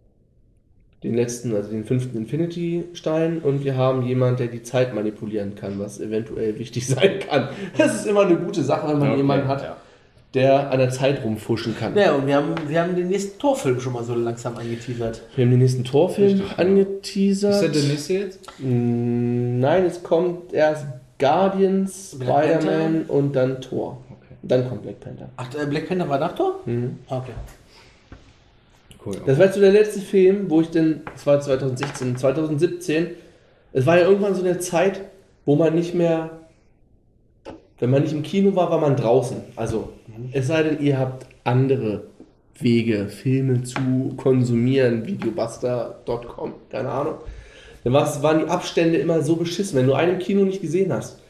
Den letzten, also den 5. Infinity-Stein. Und wir haben jemanden, der die Zeit manipulieren kann, was eventuell wichtig sein kann. Das ist immer eine gute Sache, wenn man jemanden hat, der an der Zeit rumfuschen kann. Ja, und wir haben den nächsten Torfilm schon mal so langsam angeteasert. Wir haben den nächsten Torfilm angeteasert. Ist der nächste jetzt? Nein, es kommt erst Guardians, Spider-Man und dann Thor. Okay. Dann kommt Black Panther. Ach, Black Panther war nach Thor? Mhm. Okay. Cool. Das war jetzt so der letzte Film, wo ich denn, das war 2017, es war ja irgendwann so eine Zeit, wo man nicht mehr, wenn man nicht im Kino war, war man draußen. Also, es sei denn, ihr habt andere Wege, Filme zu konsumieren, videobuster.com, keine Ahnung. Dann waren die Abstände immer so beschissen. Wenn du einen im Kino nicht gesehen hast,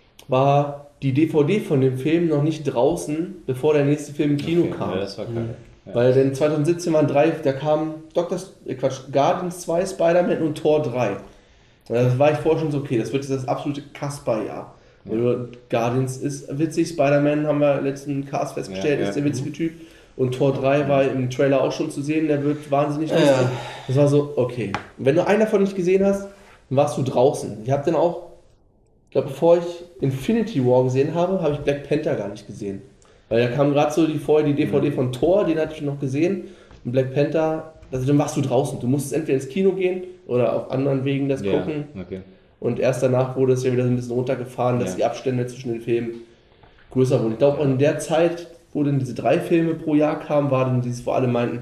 war die DVD von dem Film noch nicht draußen, bevor der nächste Film im Kino kam. Ja, das war kacke. Ja. Weil denn 2017 waren da kamen Guardians 2, Spider-Man und Thor 3. Und da war ich vorher schon so, okay, das wird jetzt das absolute Kasper-Jahr. Ja. Guardians ist witzig, Spider-Man haben wir letzten Cast festgestellt, ist der witzige Typ. Und Thor 3 war im Trailer auch schon zu sehen, der wird wahnsinnig lustig. Das war so, okay. Und wenn du einen davon nicht gesehen hast, dann warst du draußen. Ich habe dann auch, ich glaube, bevor ich Infinity War gesehen habe, habe ich Black Panther gar nicht gesehen. Weil da kam gerade so vorher die DVD von Thor, den hatte ich noch gesehen. Und Black Panther, also dann warst du draußen. Du musstest entweder ins Kino gehen oder auf anderen Wegen das gucken. Okay. Und erst danach wurde es ja wieder so ein bisschen runtergefahren, dass die Abstände zwischen den Filmen größer wurden. Ich glaube, in der Zeit, wo dann diese 3 Filme pro Jahr kamen, war dann dieses, wo alle meinten,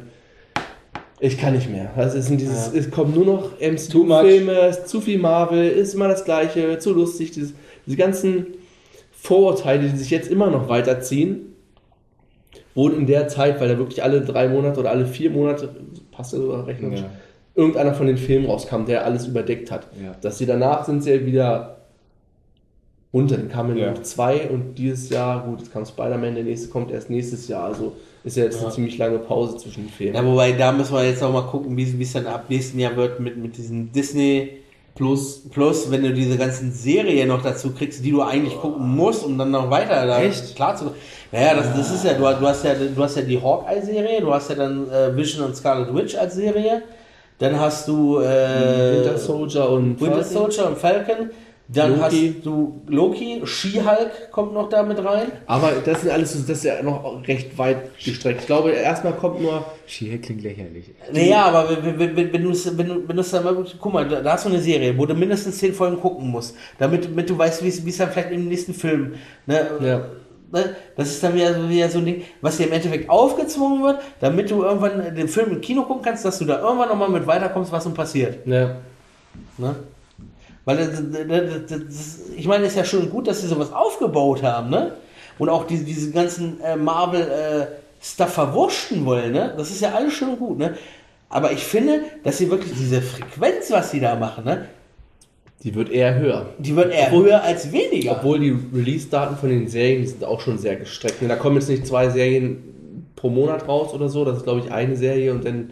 ich kann nicht mehr. Also es kommen nur noch MCU-Filme, zu viel Marvel, ist immer das Gleiche, zu lustig. Diese ganzen Vorurteile, die sich jetzt immer noch weiterziehen, wurden in der Zeit, weil da wirklich alle 3 Monate oder alle 4 Monate, passt ja sogar Rechnung, irgendeiner von den Filmen rauskam, der alles überdeckt hat. Ja. Dass sie danach sind sie ja wieder runter. Dann kamen noch 2 und dieses Jahr, gut, jetzt kam Spider-Man, der nächste kommt erst nächstes Jahr, also ist ja jetzt eine ziemlich lange Pause zwischen den Filmen. Ja, wobei, da müssen wir jetzt auch mal gucken, wie es dann ab nächsten Jahr wird mit diesem Disney Plus, wenn du diese ganzen Serien noch dazu kriegst, die du eigentlich gucken musst, um dann noch weiter da klar zu. Naja, das ist ja, du hast ja die Hawkeye-Serie, du hast ja dann Vision und Scarlet Witch als Serie, dann hast du Winter Soldier und Falcon. Dann hast du Loki, She-Hulk kommt noch da mit rein. Aber das sind alles, das ist ja noch recht weit gestreckt. Ich glaube, erstmal kommt nur... She-Hulk klingt lächerlich. Naja, aber wenn du es dann mal wirklich... Guck mal, da hast du eine Serie, wo du mindestens 10 Folgen gucken musst, damit du weißt, wie es dann vielleicht im nächsten Film... Ne? Ja. das ist dann wieder so ein Ding, was dir im Endeffekt aufgezwungen wird, damit du irgendwann den Film im Kino gucken kannst, dass du da irgendwann nochmal mit weiterkommst, was nun passiert. Ja. Ne? Weil ich meine, es ist ja schon gut, dass sie sowas aufgebaut haben, ne? Und auch diese ganzen Marvel-Stuff verwurschten wollen, ne? Das ist ja alles schön und gut, ne? Aber ich finde, dass sie wirklich diese Frequenz, was sie da machen, ne? Die wird eher höher. Die wird eher höher als weniger. Obwohl die Release-Daten von den Serien, die sind auch schon sehr gestreckt. Da kommen jetzt nicht 2 Serien pro Monat raus oder so. Das ist, glaube ich, eine Serie und dann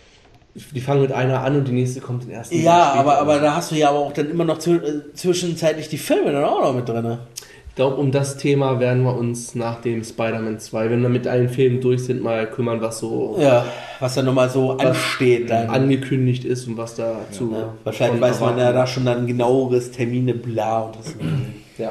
die fangen mit einer an und die nächste kommt den ersten. Ja, aber da hast du ja aber auch dann immer noch zwischenzeitlich die Filme dann auch noch mit drin. Ich glaube, um das Thema werden wir uns nach dem Spider-Man 2, wenn wir mit allen Filmen durch sind, mal kümmern, was so... Ja, was da nochmal so ansteht dann. Angekündigt ist und was dazu... Ja, wahrscheinlich weiß man ja da schon dann genaueres Termine, bla und das. Ja.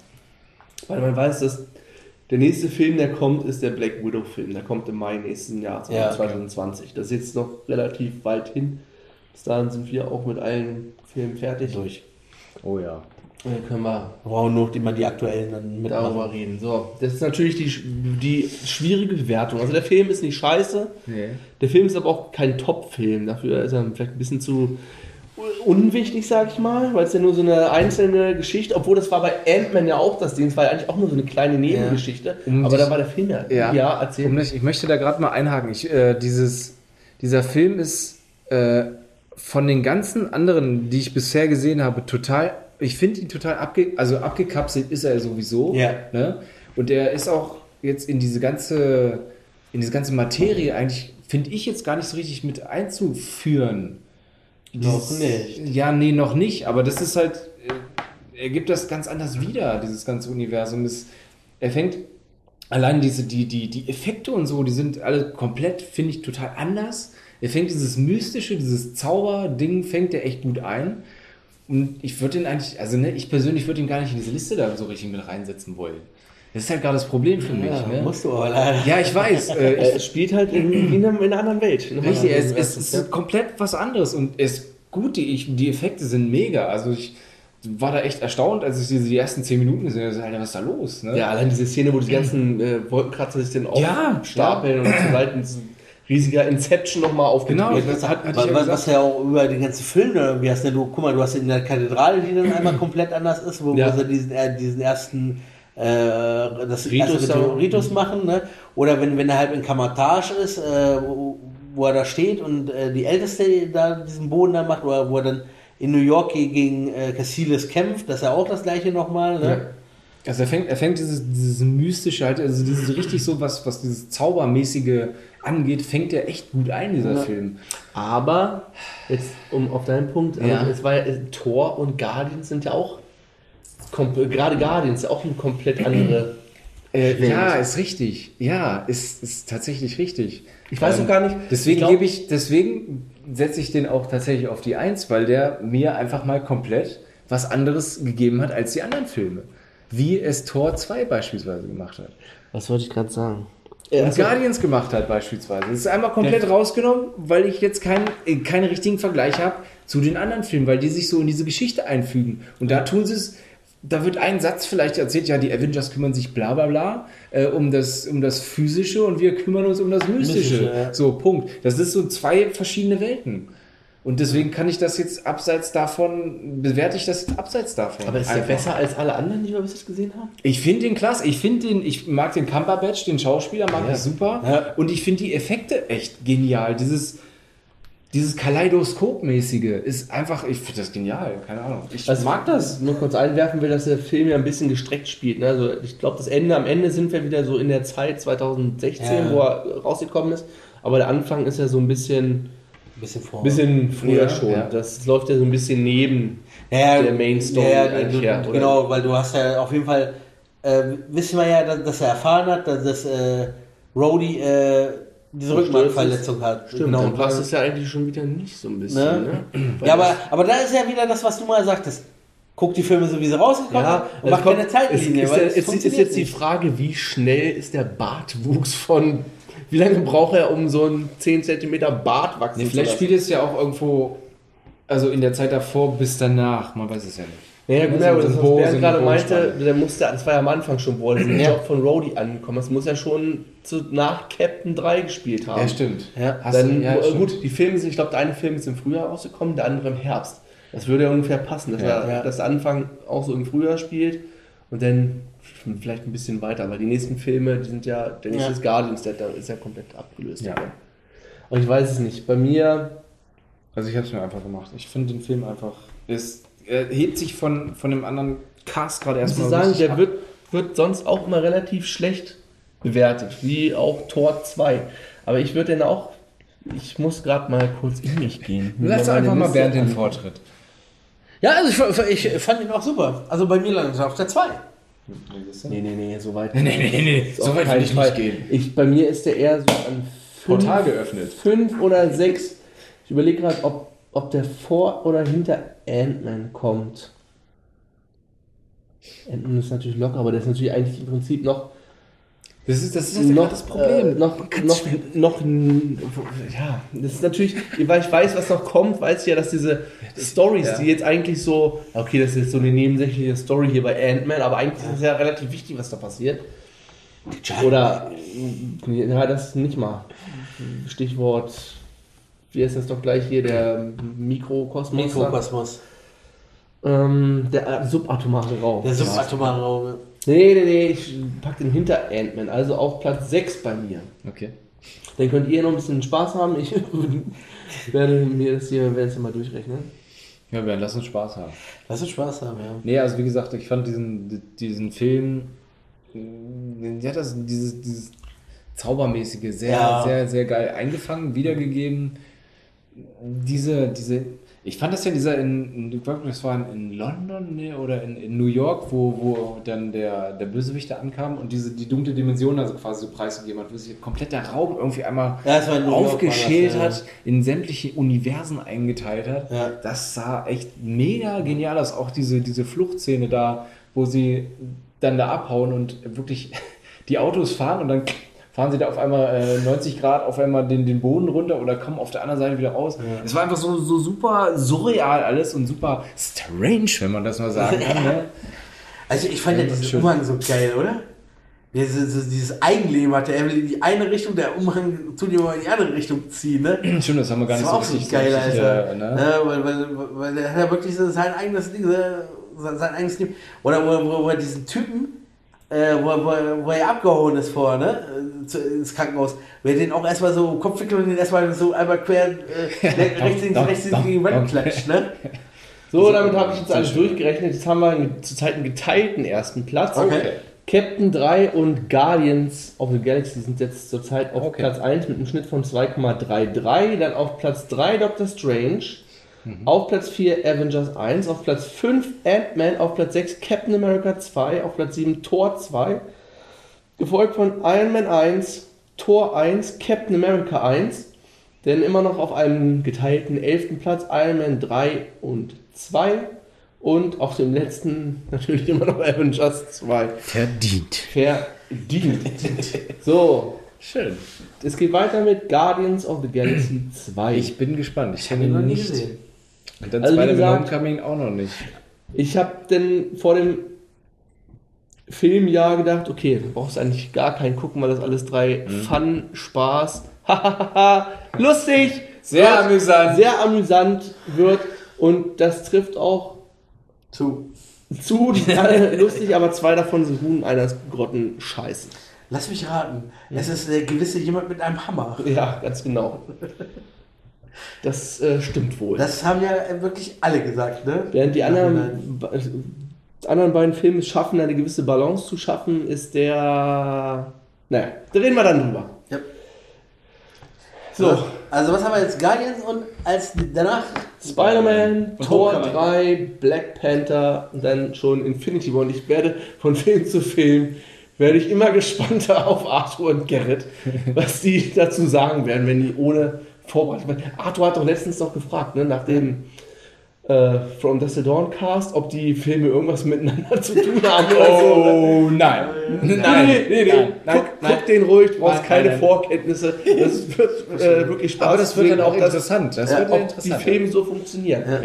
Weil man weiß, dass der nächste Film, der kommt, ist der Black Widow-Film. Der kommt im Mai nächsten Jahr, 2020. Das ist jetzt noch relativ weit hin. Bis dahin sind wir auch mit allen Filmen fertig. Durch. Oh ja. Dann können wir noch die aktuellen dann mit darüber reden. So, das ist natürlich die schwierige Bewertung. Also der Film ist nicht scheiße. Nee. Der Film ist aber auch kein Top-Film. Dafür ist er vielleicht ein bisschen zu unwichtig, sag ich mal, weil es ja nur so eine einzelne Geschichte, obwohl das war bei Ant-Man ja auch das Ding, es war ja eigentlich auch nur so eine kleine Nebengeschichte, aber da war der Film ja erzählt. Ich möchte da gerade mal einhaken. Dieser Film ist von den ganzen anderen, die ich bisher gesehen habe, ich finde ihn total abgekapselt ist er sowieso. Ja. Ne? Und er ist auch jetzt in diese ganze Materie eigentlich, finde ich jetzt gar nicht so richtig mit einzuführen. Noch nicht. Ja, nee, noch nicht, aber das ist halt, er gibt das ganz anders wieder, dieses ganze Universum. Er fängt, allein die Effekte und so, die sind alle komplett, finde ich, total anders. Er fängt dieses Mystische, dieses Zauberding, fängt er echt gut ein. Und ich würde ihn eigentlich, ich persönlich würde ihn gar nicht in diese Liste da so richtig mit reinsetzen wollen. Das ist halt gerade das Problem für mich. Ne? Musst du aber leider. Ja, ich weiß. Es spielt halt in einer anderen Welt. Richtig, es ist komplett was anderes und es ist gut, die Effekte sind mega. Also ich war da echt erstaunt, als ich die ersten 10 Minuten gesehen habe. Alter, was ist da los? Ne? Ja, allein diese Szene, wo die ganzen Wolkenkratzer sich dann aufstapeln und zu Seiten riesiger Inception nochmal aufgenommen. Genau, das hat was ja auch über den ganzen Film irgendwie hast. Guck mal, du hast in der Kathedrale, die dann einmal komplett anders ist, wo sie diesen ersten Ritus machen, ne? Oder wenn er halt in Kamatage ist, wo er da steht und die Älteste da diesen Boden da macht, oder wo er dann in New York gegen Cassilis kämpft, das ist ja auch das gleiche nochmal, ne? Ja. Also er fängt dieses Mystische halt, also dieses richtig so, was dieses Zaubermäßige angeht, fängt er echt gut ein, dieser Film. Aber, jetzt um auf deinen Punkt, es war ja, Thor und Guardians sind ja auch, gerade Guardians, auch eine komplett andere ja, ist richtig. Ja, ist tatsächlich richtig. Ich weiß auch gar nicht. Deswegen setze ich den auch tatsächlich auf die 1, weil der mir einfach mal komplett was anderes gegeben hat als die anderen Filme. Wie es Thor 2 beispielsweise gemacht hat. Was wollte ich gerade sagen? Und Guardians gemacht hat beispielsweise. Das ist einmal komplett rausgenommen, weil ich jetzt keinen richtigen Vergleich habe zu den anderen Filmen, weil die sich so in diese Geschichte einfügen. Und da tun sie es, da wird ein Satz vielleicht erzählt, ja, die Avengers kümmern sich bla bla bla um das Physische und wir kümmern uns um das Mystische. So, Punkt. Das ist so 2 verschiedene Welten. Und deswegen kann ich das jetzt bewerte ich das abseits davon. Aber ist der besser als alle anderen, die wir bis jetzt gesehen haben? Ich finde den klasse. Ich mag den Cumberbatch, den Schauspieler, mag ich super. Ja. Und ich finde die Effekte echt genial. Dieses Kaleidoskop-mäßige ist einfach, ich finde das genial. Keine Ahnung. Ich mag das. Nur kurz einwerfen will, dass der Film ja ein bisschen gestreckt spielt. Ne? Also ich glaube, am Ende sind wir wieder so in der Zeit 2016, wo er rausgekommen ist. Aber der Anfang ist ja so ein bisschen früher schon. Ja. Das läuft ja so ein bisschen neben der Main Story eigentlich her. Genau, weil du hast ja auf jeden Fall, wissen wir ja, dass er erfahren hat, dass Rhodey diese Rückenmarkverletzung hat. Stimmt, genau. Dann passt es ja eigentlich schon wieder nicht so ein bisschen. Ne? Ja, aber da ist ja wieder das, was du mal sagtest. Guck die Filme so, wie sie rausgekommen sind und mach keine Zeitlinie. Es ist jetzt die Frage, wie schnell ist der Bartwuchs von... Wie lange braucht er, um so einen 10 cm Bart wachsen zu lassen? Vielleicht spielt es ja auch irgendwo, also in der Zeit davor bis danach, man weiß es ja nicht. Ja, gut, So aber ein das, was Bo, Bernd so eine gerade Bospanne. meinte, das war ja am Anfang schon, wo er diesen Job von Rhodey angekommen ist. Das muss ja schon nach Captain 3 gespielt haben. Ja, stimmt. Ja. Dann, gut, die Filme sind, ich glaube, der eine Film ist im Frühjahr rausgekommen, der andere im Herbst. Das würde ja ungefähr passen, dass das Anfang auch so im Frühjahr spielt und dann vielleicht ein bisschen weiter, weil die nächsten Filme, die sind ja, der nächste ist Guardians, der ist ja komplett abgelöst. Ja. Und ich weiß es nicht. Bei mir... Also ich habe es mir einfach gemacht. Ich finde den Film einfach, er hebt sich von dem anderen Cast gerade Ich muss erstmal sagen, richtig der ab. wird sonst auch immer relativ schlecht bewertet, wie auch Tor 2. Aber ich würde den auch, ich muss gerade mal kurz in mich gehen. Lass Meine einfach mal Liste Bernd den an- Vortritt. Ja, also ich fand ihn auch super. Also bei mir landet er auf der 2. Nee, so weit. Nee, so weit will ich nicht gehen. Bei mir ist der eher so an Portal geöffnet. 5 oder 6. Ich überlege gerade, ob der vor oder hinter Ant-Man kommt. Ant-Man ist natürlich locker, aber der ist natürlich eigentlich im Prinzip noch Das ist noch, das Problem. Ja, das ist natürlich, weil ich weiß, was noch kommt, weiß ich ja, dass diese Storys, die jetzt eigentlich so, okay, das ist jetzt so eine nebensächliche Story hier bei Ant-Man, aber eigentlich ist es ja relativ wichtig, was da passiert. Oder, ja, das nicht mal. Stichwort, wie ist das doch gleich hier, der Mikrokosmos? Mikrokosmos. Der subatomare Raum. Der subatomare Raum. Nee, ich pack den hinter Ant-Man, also auf Platz 6 bei mir. Okay. Dann könnt ihr noch ein bisschen Spaß haben. Ich werde das hier mal durchrechnen. Ja, Bernd, lass uns Spaß haben. Lass uns Spaß haben, ja. Nee, also wie gesagt, ich fand diesen Film, dieses Zaubermäßige sehr, sehr geil eingefangen, wiedergegeben. Ich fand das ja das war in London oder in New York, wo dann der Bösewicht da ankam und die dunkle Dimension also quasi so preisgegeben hat, wo sich komplett der Raum irgendwie einmal aufgeschält hat, in sämtliche Universen eingeteilt hat. Ja. Das sah echt mega genial aus. Auch diese Fluchtszene da, wo sie dann da abhauen und wirklich die Autos fahren und dann fahren sie da auf einmal 90 Grad auf einmal den Boden runter oder kommen auf der anderen Seite wieder raus. Es war einfach so super surreal alles und super strange, wenn man das mal sagen kann. Ne? Also ich fand ja diesen Umhang so geil, oder? Dieses Eigenleben hatte. Er will in die eine Richtung, der Umhang tut ihm mal in die andere Richtung ziehen. Ne? Stimmt, das haben wir gar nicht so richtig. Das war auch so geil, Alter. Ne? Ja, weil der hat ja wirklich so sein eigenes Ding, sein eigenes Leben. Oder wo er diesen Typen, wo er abgehauen ist vorher, ne? Ins Krankenhaus. Wer den auch erstmal so Kopfwickel und den erstmal so einmal quer rechts in die Wand klatscht, ne? So, damit habe ich jetzt alles durchgerechnet. Jetzt haben wir zurzeit einen geteilten ersten Platz. Okay. Captain 3 und Guardians of the Galaxy sind jetzt zurzeit auf Platz 1 mit einem Schnitt von 2,33. Dann auf Platz 3 Doctor Strange. Auf Platz 4 Avengers 1. Auf Platz 5 Ant-Man. Auf Platz 6 Captain America 2. Auf Platz 7 Thor 2. Gefolgt von Iron Man 1, Thor 1, Captain America 1. Denn immer noch auf einem geteilten 11. Platz Iron Man 3 und 2. Und auf dem letzten natürlich immer noch Avengers 2. Verdient. So. Schön. Es geht weiter mit Guardians of the Galaxy 2. Ich bin gespannt. Ich habe ihn noch nie gesehen. Und dann Also, wie Spider-Man gesagt, Homecoming auch noch nicht. Ich habe denn vor dem Filmjahr gedacht, okay, du brauchst eigentlich gar keinen gucken, weil das alles drei Fun, Spaß, lustig, Sehr amüsant. sehr amüsant wird und das trifft auch zu, die sind alle lustig, aber zwei davon sind Huhn, einer ist Grottenscheiße. Lass mich raten, es ist der gewisse jemand mit einem Hammer. Ja, ganz genau. Das stimmt wohl. Das haben ja wirklich alle gesagt, ne? Während die anderen beiden Filme es schaffen, eine gewisse Balance zu schaffen, ist der... Naja, da reden wir dann drüber. Ja. So, also was haben wir jetzt? Guardians und als danach? Spider-Man, und Thor Homecoming. 3, Black Panther und dann schon Infinity War. Und ich werde von Film zu Film immer gespannter auf Arthur und Gerrit, was die dazu sagen werden, wenn die ohne Vorbereitung... Arthur hat doch letztens noch gefragt, ne, nach dem From Dusk Till Dawn Cast, ob die Filme irgendwas miteinander zu tun haben oder so. Oh, nein. Nee. Guck den ruhig, du brauchst keine Vorkenntnisse. Das wird wirklich Spaß. Aber das wird dann auch sehen, interessant. Das wird ob interessant. die Filme so funktionieren. Ja.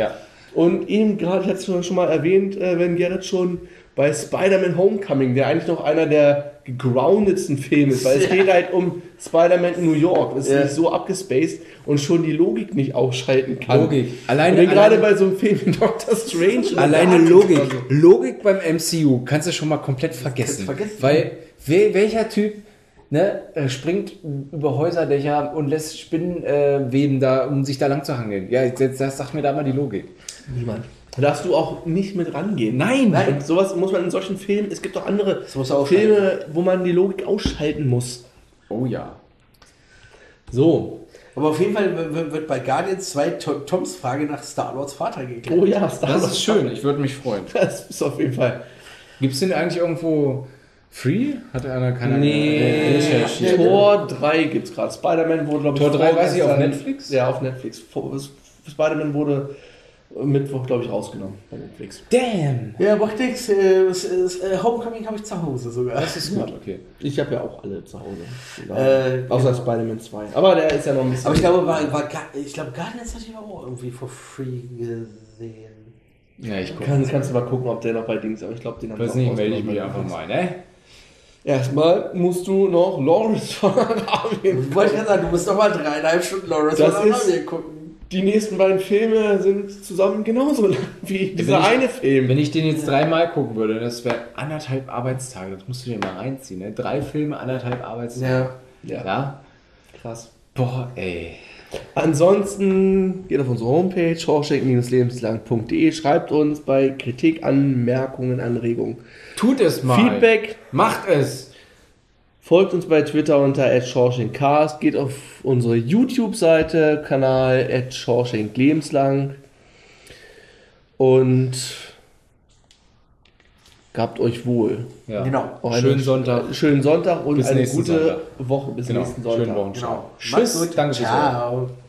Und eben gerade, ich hatte es schon mal erwähnt, wenn Gerrit schon bei Spider-Man Homecoming, der eigentlich noch einer der gegroundetsten Filme ist, weil es geht halt um Spider-Man in New York. Das ist nicht so abgespaced und schon die Logik nicht ausschalten kann. Logik. Alleine gerade bei so einem Film wie Doctor Strange. Alleine Logik. Logik beim MCU kannst du schon mal komplett vergessen. Weil welcher Typ springt über Häuserdächer und lässt Spinnenweben da, um sich da lang zu hangeln? Ja, das sagt mir da mal die Logik. Niemand. Da darfst du auch nicht mit rangehen. Nein. Und sowas muss man in solchen Filmen, es gibt doch andere Filme, wo man die Logik ausschalten muss. Oh ja. So. Aber auf jeden Fall wird bei Guardians 2 Toms Frage nach Star-Lords Vater geklärt. Oh ja, Star-Lords. Das ist schön, ich würde mich freuen. Das ist auf jeden Fall. Gibt es den eigentlich irgendwo free? Hat einer keine Ahnung? Nee. Tor 3 gibt es gerade. Spider-Man wurde, glaube ich, Tor 3 weiß ich auf Netflix? Ja, auf Netflix. Spider-Man wurde Mittwoch, glaube ich, rausgenommen bei Netflix. Damn! Ja, macht nix. Homecoming habe ich zu Hause sogar. Das ist gut, okay. Ich habe ja auch alle zu Hause. Außer Spider-Man 2. Aber der ist ja noch ein bisschen... Aber ich glaube, Guardians hatte ich auch irgendwie for free gesehen. Ja, ich gucke. Kannst du mal gucken, ob der noch bei Dings... Aber ich glaube, den haben wir auch nicht, melde ich mich einfach mal, ne? Erstmal musst du noch Lawrence von Arabien. Ich wollte gerade sagen, du musst noch mal 3,5 Stunden Lawrence von Arabien gucken. Die nächsten beiden Filme sind zusammen genauso lang wie dieser eine Film. Wenn ich den jetzt 3-mal gucken würde, das wäre 1,5 Arbeitstage. Das musst du dir mal reinziehen, ne? 3 Filme, 1,5 Arbeitstage. Ja. Krass. Boah, ey. Ansonsten geht auf unsere Homepage shawshank-lebenslang.de, schreibt uns bei Kritik, Anmerkungen, Anregungen. Tut es mal. Feedback. Macht es. Folgt uns bei Twitter unter @shawshankcast, geht auf unsere YouTube-Seite, Kanal @shawshanklebenslang und gabt euch wohl. Ja. Genau. Schönen Sonntag. Schönen Sonntag und bis eine nächsten gute Sonntag. Woche. Bis nächsten Sonntag. Schönen Wochenstart. Genau. Tschüss. Macht's gut. Danke fürs Zuhören. Ciao.